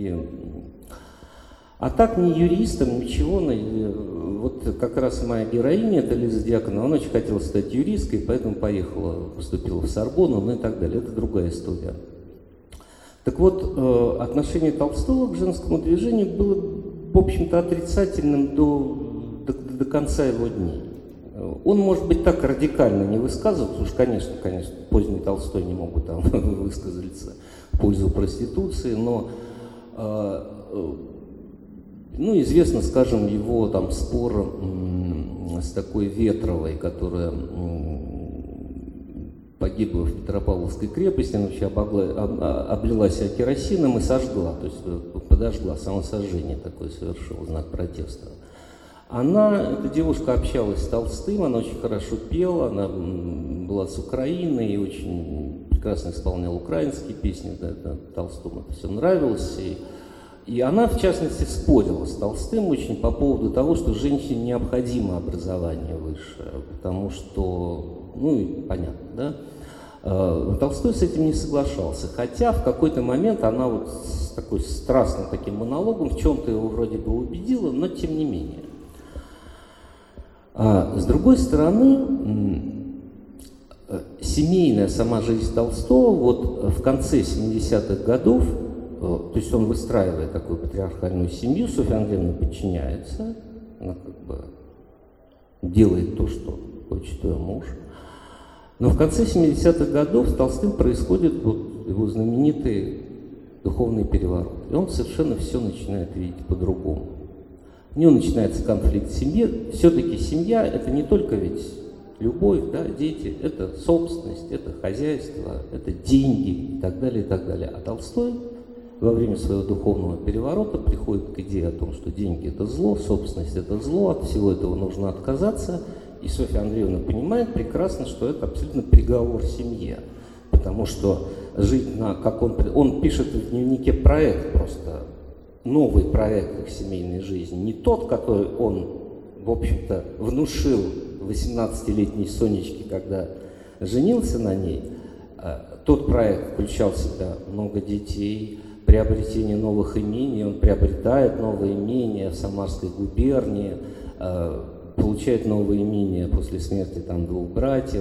А так ни юристом, ничего. Вот как раз моя героиня, это Лиза Дьяконова, она очень хотела стать юристкой, поэтому поехала, поступила в Сорбонну, ну и так далее. Это другая история. Так вот, отношение Толстого к женскому движению было, в общем-то, отрицательным до конца его дней. Он, может быть, так радикально не высказывал, потому что, конечно, поздний Толстой не мог бы там высказаться в пользу проституции, но, ну, известно, скажем, его там спор с такой Ветровой, которая погибла в Петропавловской крепости, она вообще облила себя керосином и сожгла, то есть подожгла, самосожжение такое совершила, знак протеста. Эта девушка общалась с Толстым, она очень хорошо пела, она была с Украины и очень прекрасно исполняла украинские песни, да, Толстому это все нравилось. И она, в частности, спорила с Толстым очень по поводу того, что женщине необходимо образование высшее, потому что, ну, и понятно, да? Толстой с этим не соглашался, хотя в какой-то момент она вот с такой страстным таким монологом в чем-то его вроде бы убедила, но тем не менее. С другой стороны, семейная сама жизнь Толстого вот в конце 70-х годов, то есть он выстраивает такую патриархальную семью, Софья Андреевна подчиняется, она как бы делает то, что хочет ее муж. Но в конце 70-х годов с Толстым происходит вот его знаменитый духовный переворот. И он совершенно все начинает видеть по-другому. У него начинается конфликт в семье. Все-таки семья – это не только ведь любовь, да, дети, это собственность, это хозяйство, это деньги и так далее, и так далее. А Толстой во время своего духовного переворота приходит к идее о том, что деньги – это зло, собственность – это зло, от всего этого нужно отказаться. И Софья Андреевна понимает прекрасно, что это абсолютно приговор семье. Потому что жить как он пишет в дневнике проект просто, новый проект их семейной жизни, не тот, который он, в общем-то, внушил 18-летней Сонечке, когда женился на ней. Тот проект включал в себя много детей, приобретение новых имений, он приобретает новые имения в Самарской губернии, получает новые имения после смерти там 2 братьев.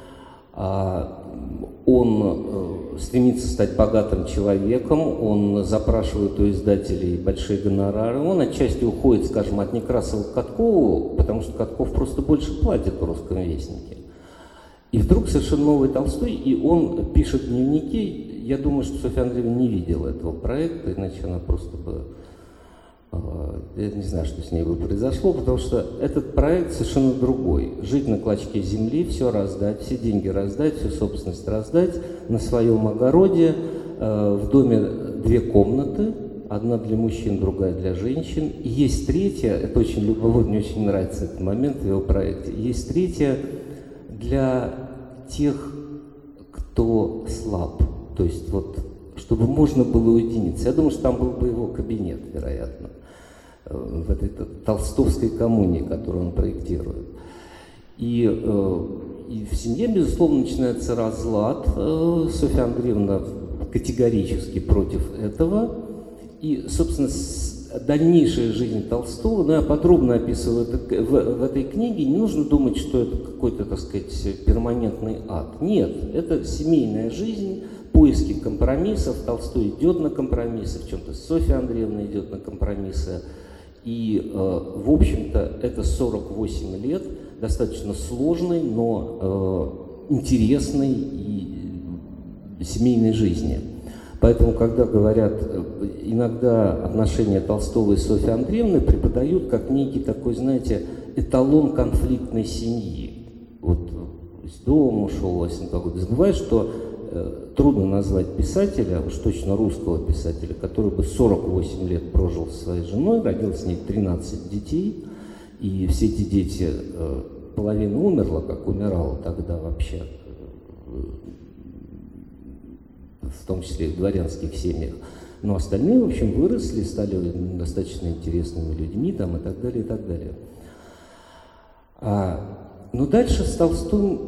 Он стремится стать богатым человеком, он запрашивает у издателей большие гонорары, он отчасти уходит, скажем, от Некрасова к Каткову, потому что Катков просто больше платит в «Русском вестнике». И вдруг совершенно новый Толстой, и он пишет дневники. Я думаю, что Софья Андреевна не видела этого проекта, иначе она просто бы... Я не знаю, что с ней бы произошло, потому что этот проект совершенно другой. Жить на клочке земли, все раздать, все деньги раздать, всю собственность раздать, на своем огороде, в доме 2 комнаты, одна для мужчин, другая для женщин. И есть третья, это очень любопытно, мне очень нравится этот момент в его проекте, есть третья для тех, кто слаб, то есть вот, чтобы можно было уединиться. Я думаю, что там был бы его кабинет, вероятно, в этой толстовской коммуне, которую он проектирует. И в семье, безусловно, начинается разлад. Софья Андреевна категорически против этого. И, собственно, дальнейшая жизнь Толстого, ну, я подробно описываю это в этой книге, не нужно думать, что это какой-то, так сказать, перманентный ад. Нет, это семейная жизнь, поиски компромиссов. Толстой идет на компромиссы, в чем-то Софья Андреевна идет на компромиссы. И, в общем-то, это 48 лет достаточно сложной, но интересной и семейной жизни. Поэтому, когда говорят, иногда отношения Толстого и Софьи Андреевны преподают как некий такой, знаете, эталон конфликтной семьи. Вот из дома ушел, забываешь, что трудно назвать писателя, уж точно русского писателя, который бы 48 лет прожил со своей женой, родил с ней 13 детей, и все эти дети, половина умерла, как умирала тогда вообще в том числе и в дворянских семьях. Но остальные, в общем, выросли, стали достаточно интересными людьми там, и так далее, и так далее. Но дальше с Толстым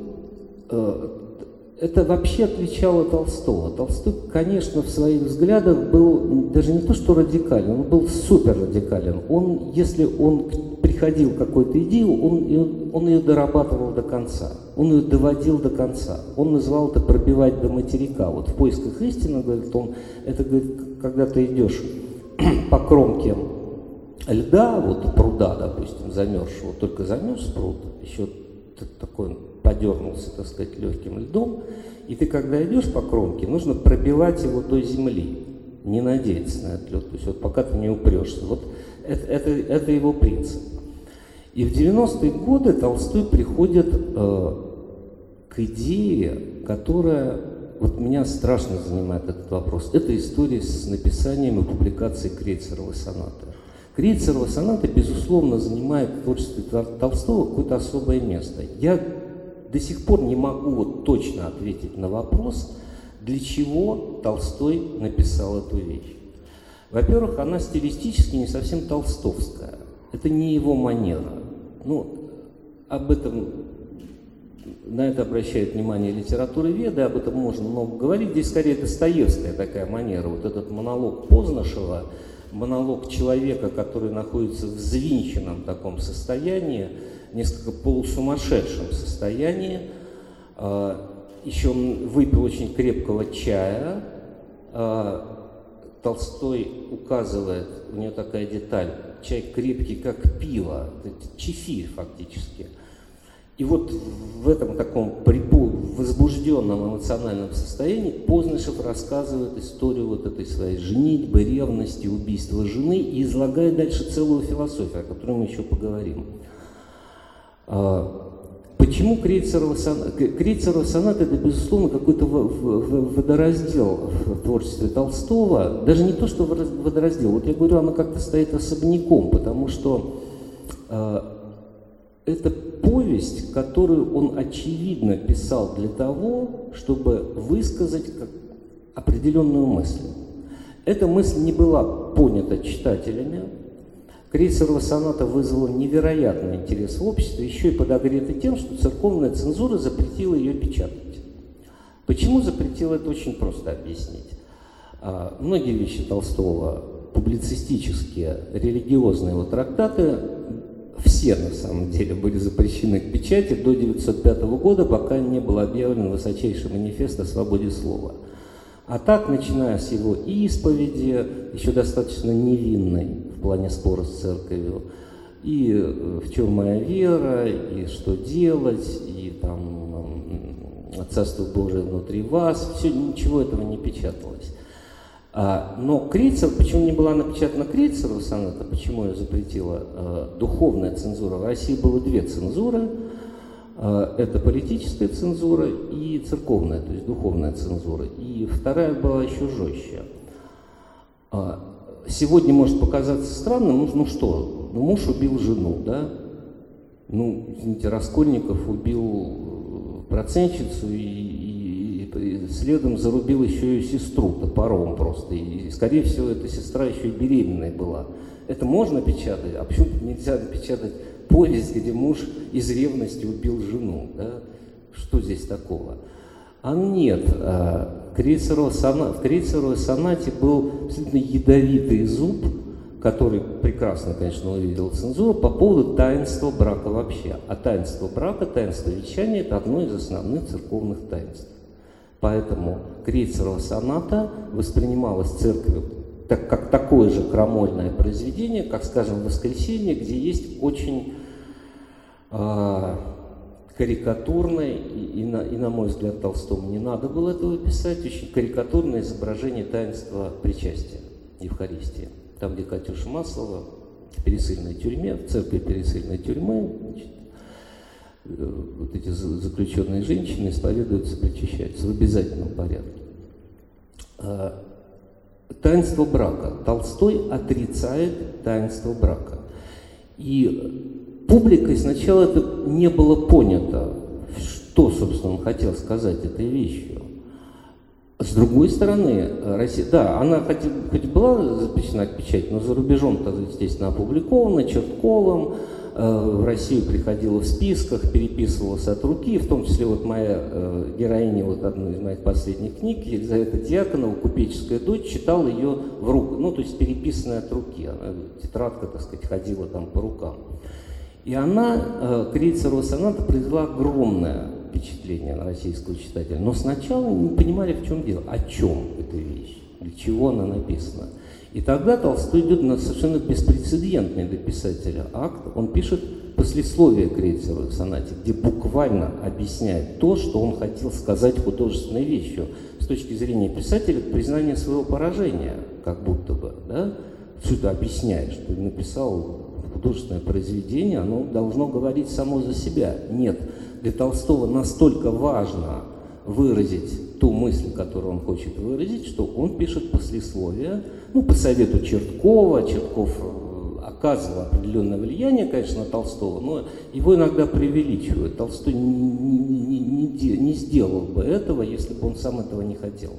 это вообще отличало Толстого. Толстой, конечно, в своих взглядах был даже не то что радикален, он был супер радикален. Если он приходил к какой-то идее, он ее дорабатывал до конца, он ее доводил до конца. Он называл это «пробивать до материка». Вот в «Поисках истины», говорит он, это, говорит, когда ты идешь по кромке льда, вот пруда, допустим, замерзшего, вот только замерз пруд, еще такой подернулся, так сказать, легким льдом, и ты, когда идешь по кромке, нужно пробивать его до земли, не надеяться на этот лед, то есть вот пока ты не упрешься. Вот это его принцип. И в 90-е годы Толстой приходит к идее, которая, вот меня страшно занимает этот вопрос, это история с написанием и публикацией Крейцеровой сонаты. Крейцерова соната, безусловно, занимает в творчестве Толстого какое-то особое место. Я до сих пор не могу вот точно ответить на вопрос, для чего Толстой написал эту вещь. Во-первых, она стилистически не совсем толстовская. Это не его манера. Об этом, на это обращает внимание литературоведы, об этом можно много говорить. Здесь скорее достоевская такая манера. Вот этот монолог Познашева, монолог человека, который находится в взвинченном таком состоянии, несколько полусумасшедшем состоянии. Еще он выпил очень крепкого чая. Толстой указывает, у него такая деталь, чай крепкий, как пиво, это чефир фактически. И вот в этом таком возбужденном эмоциональном состоянии Познашев рассказывает историю вот этой своей женитьбы, ревности, убийства жены и излагает дальше целую философию, о которой мы еще поговорим. Почему Крейцерова соната? Крейцерова соната – это, безусловно, какой-то водораздел в творчестве Толстого. Даже не то, что водораздел. Вот я говорю, она как-то стоит особняком, потому что это повесть, которую он, очевидно, писал для того, чтобы высказать определенную мысль. Эта мысль не была понята читателями. Крейцерова соната вызвала невероятный интерес в обществе, еще и подогретый тем, что церковная цензура запретила ее печатать. Почему запретила, это очень просто объяснить. Многие вещи Толстого, публицистические, религиозные его трактаты, все на самом деле были запрещены к печати до 1905 года, пока не был объявлен высочайший манифест о свободе слова. А так, начиная с его исповеди, еще достаточно невинной в плане спора с церковью, и в чем моя вера, и что делать, и там Царство Божие внутри вас, все, ничего этого не печаталось. Но Крейцер, почему не была напечатана Крейцерова соната, почему ее запретила духовная цензура? В России было две цензуры. Это политическая цензура и церковная, то есть духовная цензура. И вторая была еще жестче. Сегодня может показаться странным, муж убил жену, да? Извините, Раскольников убил процентщицу и следом зарубил еще ее сестру топором просто. И, скорее всего, эта сестра еще и беременная была. Это можно печатать, а почему нельзя печатать повесть, где муж из ревности убил жену, да? Что здесь такого? Нет, в Крейцеровой сонате был абсолютно ядовитый зуб, который прекрасно, конечно, увидел цензуру по поводу таинства брака вообще. А таинство брака, таинство венчания – это одно из основных церковных таинств. Поэтому Крейцерова соната воспринималась церковью как такое же крамольное произведение, как, скажем, «Воскресенье», где есть очень карикатурное, и на мой взгляд, Толстому не надо было этого писать, очень карикатурное изображение таинства причастия, Евхаристии. Там, где Катюша Маслова в пересыльной тюрьме, в церкви пересыльной тюрьмы, значит, вот эти заключенные женщины исповедуются, причащаются в обязательном порядке. Таинство брака. Толстой отрицает таинство брака. И публикой сначала это не было понято, что, собственно, он хотел сказать этой вещью. С С другой стороны, Россия, да, она хоть была запрещена к печати, но за рубежом-то, естественно, опубликована Чертковым, в Россию приходила в списках, переписывалась от руки, в том числе вот моя героиня, вот одной из моих последних книг, Елизавета Дьяконова, «Купеческая дочь», читала ее в руку, ну, то есть переписанная от руки, она, тетрадка, так сказать, ходила там по рукам. И она, Крейцерова соната, произвела огромное впечатление на российского читателя, но сначала не понимали, в чем дело, о чем эта вещь, для чего она написана. И тогда Толстой идет на совершенно беспрецедентный для писателя акт. Он пишет послесловие к Крейцеровой сонате, где буквально объясняет то, что он хотел сказать художественной вещью. С точки зрения писателя, признание своего поражения, как будто бы, да? Что ты объясняешь, что ты написал художественное произведение, оно должно говорить само за себя. Нет, для Толстого настолько важно выразить ту мысль, которую он хочет выразить, что он пишет послесловие, ну, по совету Черткова. Чертков оказывал определенное влияние, конечно, на Толстого, но его иногда преувеличивают. Толстой не сделал бы этого, если бы он сам этого не хотел.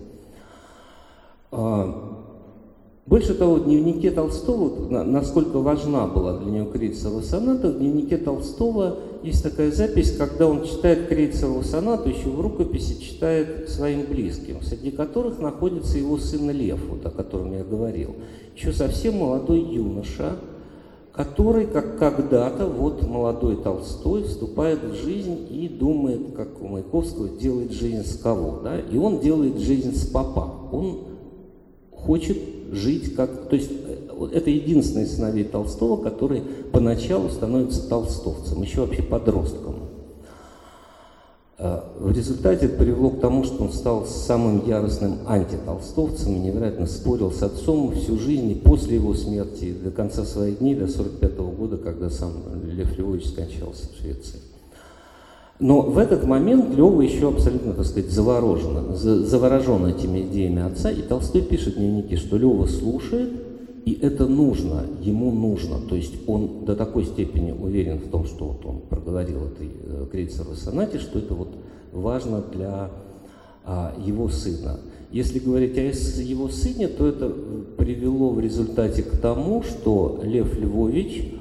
Больше того, в дневнике Толстого, насколько важна была для него Крейцерова соната, в дневнике Толстого есть такая запись, когда он читает Крейцерову сонату, еще в рукописи читает своим близким, среди которых находится его сын Лев, вот, о котором я говорил. Еще совсем молодой юноша, который, как когда-то, вот молодой Толстой, вступает в жизнь и думает, как у Маяковского, делает жизнь с кого, да? И он делает жизнь с папа. Он хочет жить как... То есть это единственный из сыновей Толстого, который поначалу становится толстовцем, еще вообще подростком. В результате это привело к тому, что он стал самым яростным антитолстовцем и невероятно спорил с отцом всю жизнь, и после его смерти, до конца своих дней, до 1945 года, когда сам Лев Львович скончался в Швеции. Но в этот момент Лёва еще абсолютно, так сказать, заворожен этими идеями отца, и Толстой пишет в дневнике, что Лёва слушает, и это нужно, ему нужно. То есть он до такой степени уверен в том, что вот он проговорил этой Крейцеровой сонате, что это вот важно для его сына. Если говорить о его сыне, то это привело в результате к тому, что Лев Львович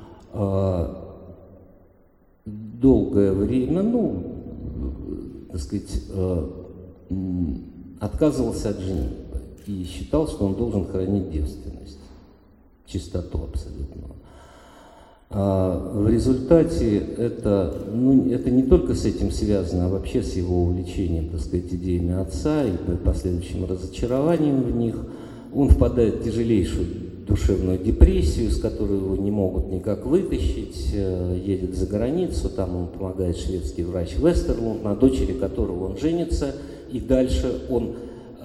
долгое время, ну, так сказать, отказывался от женитьбы и считал, что он должен хранить девственность, чистоту абсолютную. В результате это не только с этим связано, а вообще с его увлечением, так сказать, идеями отца и последующим разочарованием в них. Он впадает в тяжелейшую душевную депрессию, с которой его не могут никак вытащить, едет за границу, там ему помогает шведский врач Вестерлунд, на дочери которого он женится, и дальше он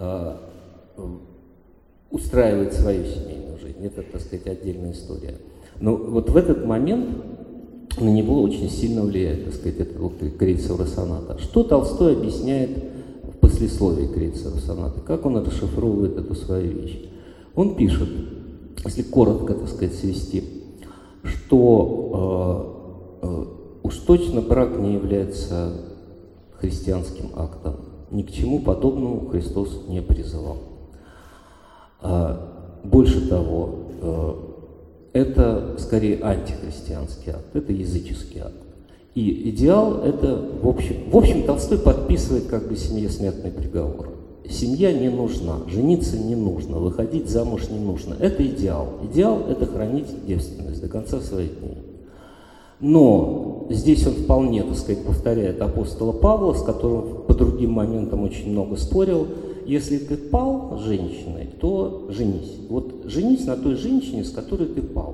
устраивает свою семейную жизнь. Это, так сказать, отдельная история. Но вот в этот момент на него очень сильно влияет, так сказать, эта вот Крейцерова соната. Что Толстой объясняет в послесловии Крейцеровой сонаты? Как он расшифровывает эту свою вещь? Он пишет, если коротко, так сказать, свести, что уж точно брак не является христианским актом. Ни к чему подобному Христос не призывал. Больше того, это скорее антихристианский акт, это языческий акт. И идеал это, в общем, Толстой подписывает как бы семье смертный приговор. Семья не нужна, жениться не нужно, выходить замуж не нужно. Это идеал. Идеал – это хранить девственность до конца своих дней. Но здесь он вполне, так сказать, повторяет апостола Павла, с которым по другим моментам очень много спорил. Если ты пал женщиной, то женись. Вот женись на той женщине, с которой ты пал.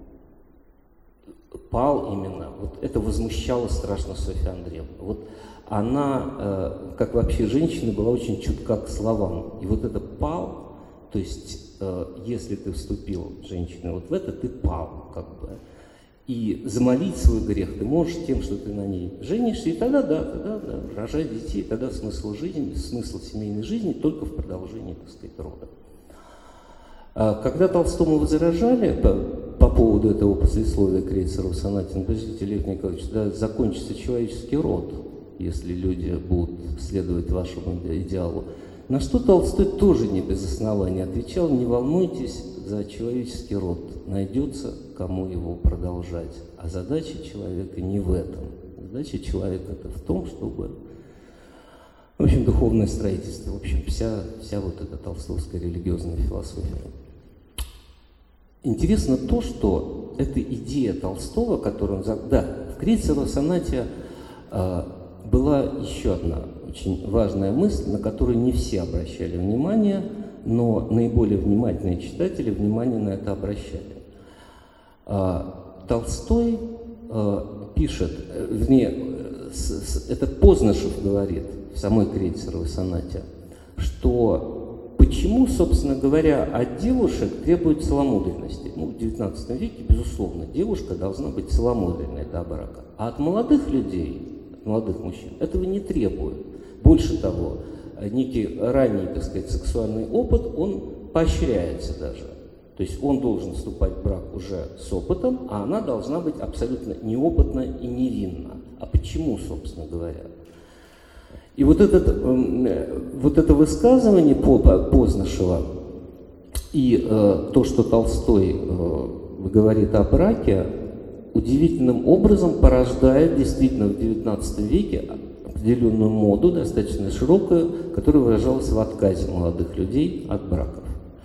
Пал именно. Вот это возмущало страшно Софью Андреевну. Вот она, как вообще женщина, была очень чутка к словам. И вот это пал, то есть, если ты вступил, женщина, вот в это ты пал, как бы. И замолить свой грех ты можешь тем, что ты на ней женишься, и тогда рожать детей, тогда смысл жизни, смысл семейной жизни только в продолжении, так сказать, рода. Когда Толстому возражали по поводу этого послесловия Крейцеровой сонате, ну, подождите, Лев Николаевич, да, закончится человеческий род, если люди будут следовать вашему идеалу. На что Толстой тоже не без основания отвечал: не волнуйтесь за человеческий род, найдется кому его продолжать. А задача человека не в этом. Задача человека это в том, чтобы, в общем, духовное строительство, в общем, вся вот эта толстовская религиозная философия. Интересно то, что эта идея Толстого, которую он... Да, в Крейцеровой сонате была еще одна очень важная мысль, на которую не все обращали внимание, но наиболее внимательные читатели внимание на это обращали. Толстой пишет, вернее, это Познашев говорит в самой Крейцеровой сонате, что почему, собственно говоря, от девушек требуют целомудренности. Ну, в XIX веке, безусловно, девушка должна быть целомудренной до брака. А от молодых людей, от молодых мужчин, этого не требуют. Больше того, некий ранний, так сказать, сексуальный опыт, он поощряется даже. То есть он должен вступать в брак уже с опытом, а она должна быть абсолютно неопытна и невинна. А почему, собственно говоря? И вот это высказывание Познашева и то, что Толстой говорит о браке, удивительным образом порождает действительно в XIX веке определенную моду, достаточно широкую, которая выражалась в отказе молодых людей от браков.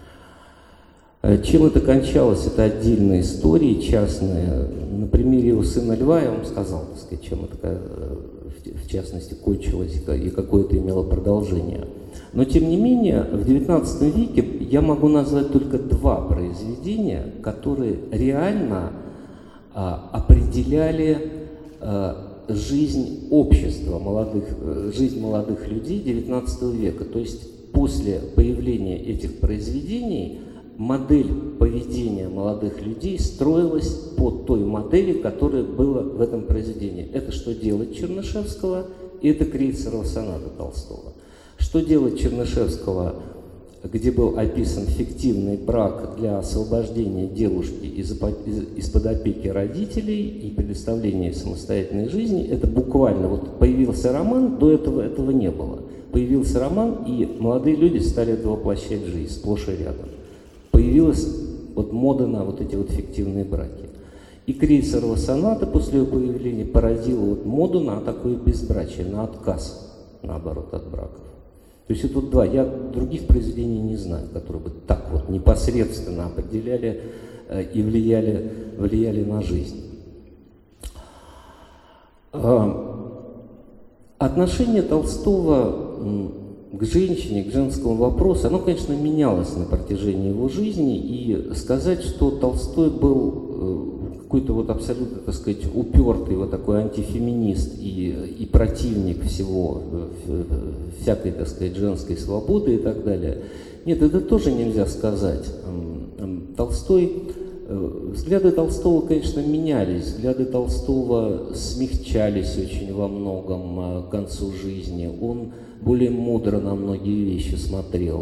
Чем это кончалось, это отдельные истории, частные. На примере его сына Льва я вам сказал, так сказать, чем это в частности кончилось и какое это имело продолжение. Но тем не менее, в XIX веке я могу назвать только два произведения, которые реально определяли жизнь общества, жизнь молодых людей XIX века. То есть после появления этих произведений модель поведения молодых людей строилась по той модели, которая была в этом произведении. Это «Что делать» Чернышевского и это «Крейцерова соната» Толстого. «Что делать» Чернышевского, где был описан фиктивный брак для освобождения девушки из-под опеки родителей и предоставления самостоятельной жизни, это буквально, вот появился роман, до этого не было. Появился роман, и молодые люди стали это воплощать в жизнь, сплошь и рядом. Появилась вот мода на вот эти вот фиктивные браки. И Крейцерова соната после ее появления породила вот моду на такое безбрачие, на отказ, наоборот, от браков. То есть это вот два. Я других произведений не знаю, которые бы так вот непосредственно определяли и влияли на жизнь. Отношение Толстого к женщине, к женскому вопросу, оно, конечно, менялось на протяжении его жизни, и сказать, что Толстой был какой-то вот абсолютно, так сказать, упертый вот такой антифеминист и противник всякой, так сказать, женской свободы и так далее, нет, это тоже нельзя сказать. Взгляды Толстого, конечно, менялись, взгляды Толстого смягчались очень во многом к концу жизни. Он более мудро на многие вещи смотрел.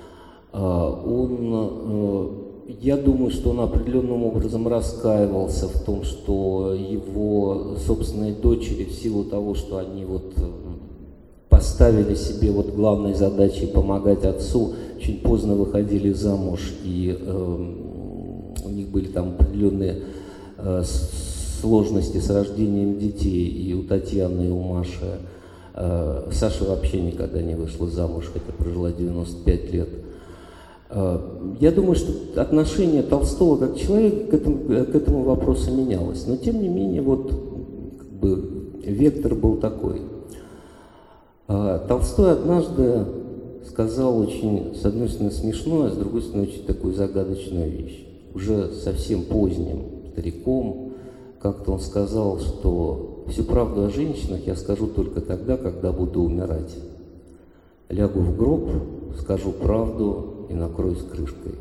Я думаю, что он определенным образом раскаивался в том, что его собственные дочери, в силу того, что они вот поставили себе вот главной задачей помогать отцу, очень поздно выходили замуж, и у них были там определенные сложности с рождением детей, и у Татьяны, и у Маши. Саша вообще никогда не вышла замуж, хотя прожила 95 лет. Я думаю, что отношение Толстого как человека к этому вопросу менялось. Но тем не менее, вот как бы вектор был такой. Толстой однажды сказал очень, с одной стороны, смешную, а с другой стороны, очень такую загадочную вещь. Уже совсем поздним стариком как-то он сказал, что всю правду о женщинах я скажу только тогда, когда буду умирать. Лягу в гроб, скажу правду и накроюсь крышкой.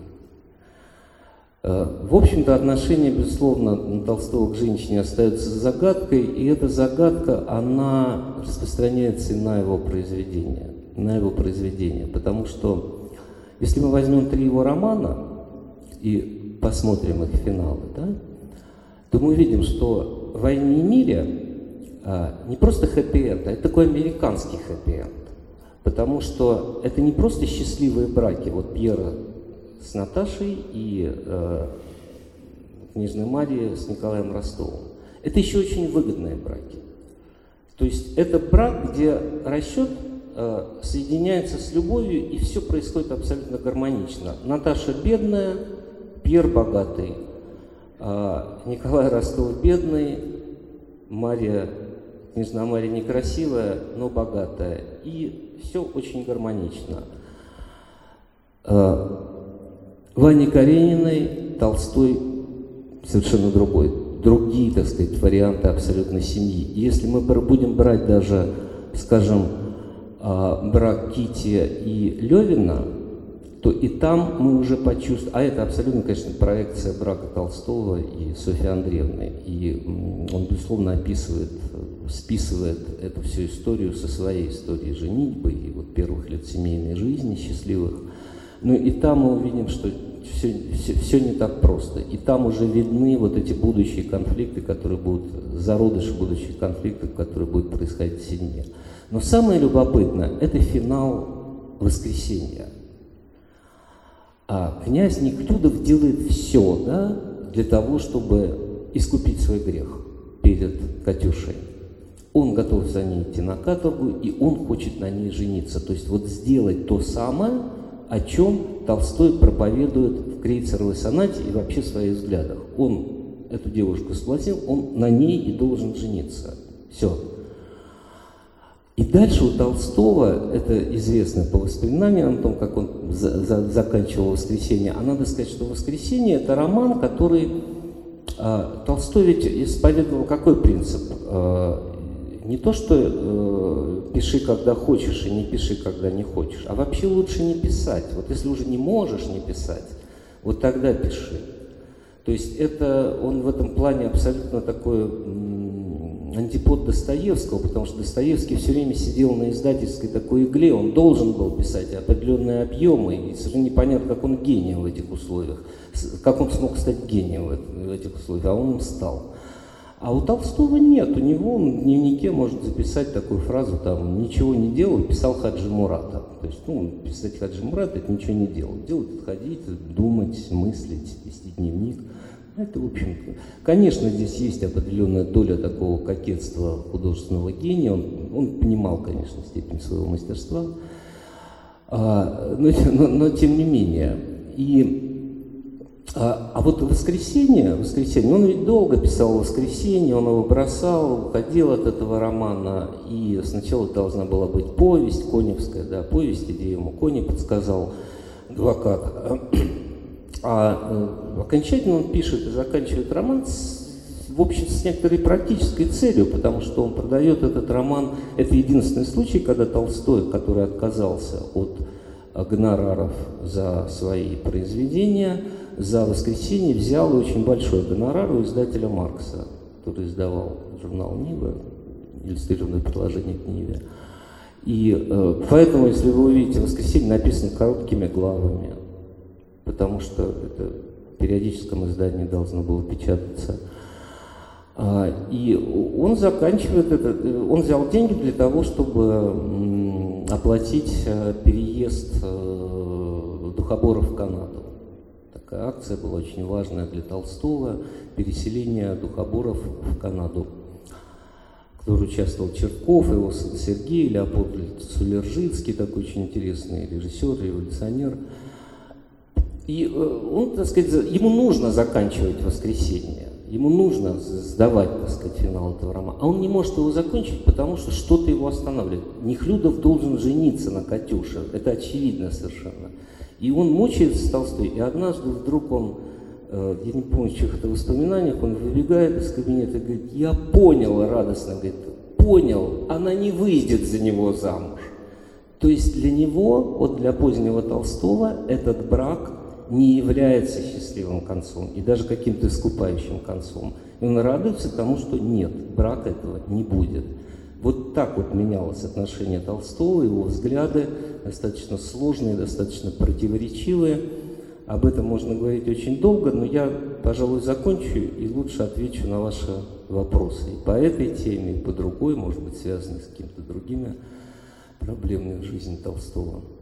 В общем-то, отношение, безусловно, Толстого к женщине остается загадкой, и эта загадка, она распространяется и на его произведения. Потому что, если мы возьмем 3 его романа и посмотрим их финалы, да, то мы увидим, что в «Войне и мире» не просто хэппи-энд, а это такой американский хэппи-энд. потому что это не просто счастливые браки, вот Пьера с Наташей и княжны Марии с Николаем Ростовым. Это еще очень выгодные браки. То есть это брак, где расчет соединяется с любовью, и все происходит абсолютно гармонично. Наташа бедная, Пьер богатый, Николай Ростов бедный, княжна Мария некрасивая, но богатая. И все очень гармонично. Ване Карениной Толстой совершенно другие, так сказать, варианты абсолютно семьи. И если мы будем брать даже, скажем, брак Кити и Левина, то и там мы уже почувствуем, а это абсолютно, конечно, проекция брака Толстого и Софьи Андреевны, и он, безусловно, списывает эту всю историю со своей историей женитьбы и вот первых лет семейной жизни счастливых. Ну и там мы увидим, что все не так просто. И там уже видны вот эти будущие конфликты, которые будут, зародыши будущих конфликтов, которые будут происходить в семье. Но самое любопытное – это финал «Воскресенья». А князь Неклюдов делает все, да, для того, чтобы искупить свой грех перед Катюшей. Он готов за ней идти на каторгу, и он хочет на ней жениться. То есть вот сделать то самое, о чем Толстой проповедует в Крейцеровой сонате и вообще в своих взглядах. Он эту девушку соблазнил, он на ней и должен жениться. Все. И дальше у Толстого, это известно по воспоминаниям о том, как он заканчивал «Воскресенье», а надо сказать, что «Воскресенье» — это роман, который Толстой ведь исповедовал какой принцип? Не то, что пиши, когда хочешь, и не пиши, когда не хочешь, а вообще лучше не писать. Вот если уже не можешь не писать, вот тогда пиши. То есть это он в этом плане абсолютно такой антипод Достоевского, потому что Достоевский все время сидел на издательской такой игле, он должен был писать определенные объемы, и совершенно непонятно, как он гений в этих условиях, как он смог стать гением в этих условиях, а он им стал. А у Толстого нет, у него он в дневнике может записать такую фразу, там, ничего не делал, писал Хаджи Мурата. То есть, писать Хаджи Мурата — это ничего не делать. Делать — это ходить, думать, мыслить, вести дневник. Это, в общем, конечно, здесь есть определенная доля такого кокетства художественного гения. Он понимал, конечно, степень своего мастерства, но тем не менее. А вот «Воскресенье», он ведь долго писал «Воскресенье», он его бросал, уходил от этого романа, и сначала должна была быть повесть коневская, да, повесть, идею ему Кони подсказал, адвокат. Окончательно он пишет и заканчивает роман в общем, с некоторой практической целью, потому что он продает этот роман. Это единственный случай, когда Толстой, который отказался от гонораров за свои произведения, за «Воскресенье» взял очень большой гонорар у издателя Маркса, который издавал журнал «Нива», иллюстрированное приложение к «Ниве». И поэтому, если вы увидите, «Воскресенье» написано короткими главами, потому что это в периодическом издании должно было печататься. И он заканчивает это, он взял деньги для того, чтобы оплатить переезд духоборов в Канаду. Такая акция была очень важная для Толстого, переселение духоборов в Канаду, в которой участвовал Черков, его сын Сергей, Леопольд Сулержицкий, такой очень интересный режиссер, революционер. И он, так сказать, ему нужно заканчивать «Воскресенье», ему нужно сдавать, так сказать, финал этого романа. А он не может его закончить, потому что что-то его останавливает. Неклюдов должен жениться на Катюше, это очевидно совершенно. И он мучается, Толстой, и однажды вдруг он, я не помню, в чьих-то воспоминаниях, он выбегает из кабинета и говорит: я понял, радостно, говорит, понял, она не выйдет за него замуж. То есть для него, вот для позднего Толстого, этот брак не является счастливым концом и даже каким-то искупающим концом. И он радуется тому, что нет, брака этого не будет. Вот так вот менялось отношение Толстого, его взгляды достаточно сложные, достаточно противоречивые. Об этом можно говорить очень долго, но я, пожалуй, закончу и лучше отвечу на ваши вопросы. И по этой теме, и по другой, может быть, связанной с какими-то другими проблемных жизнь Толстого.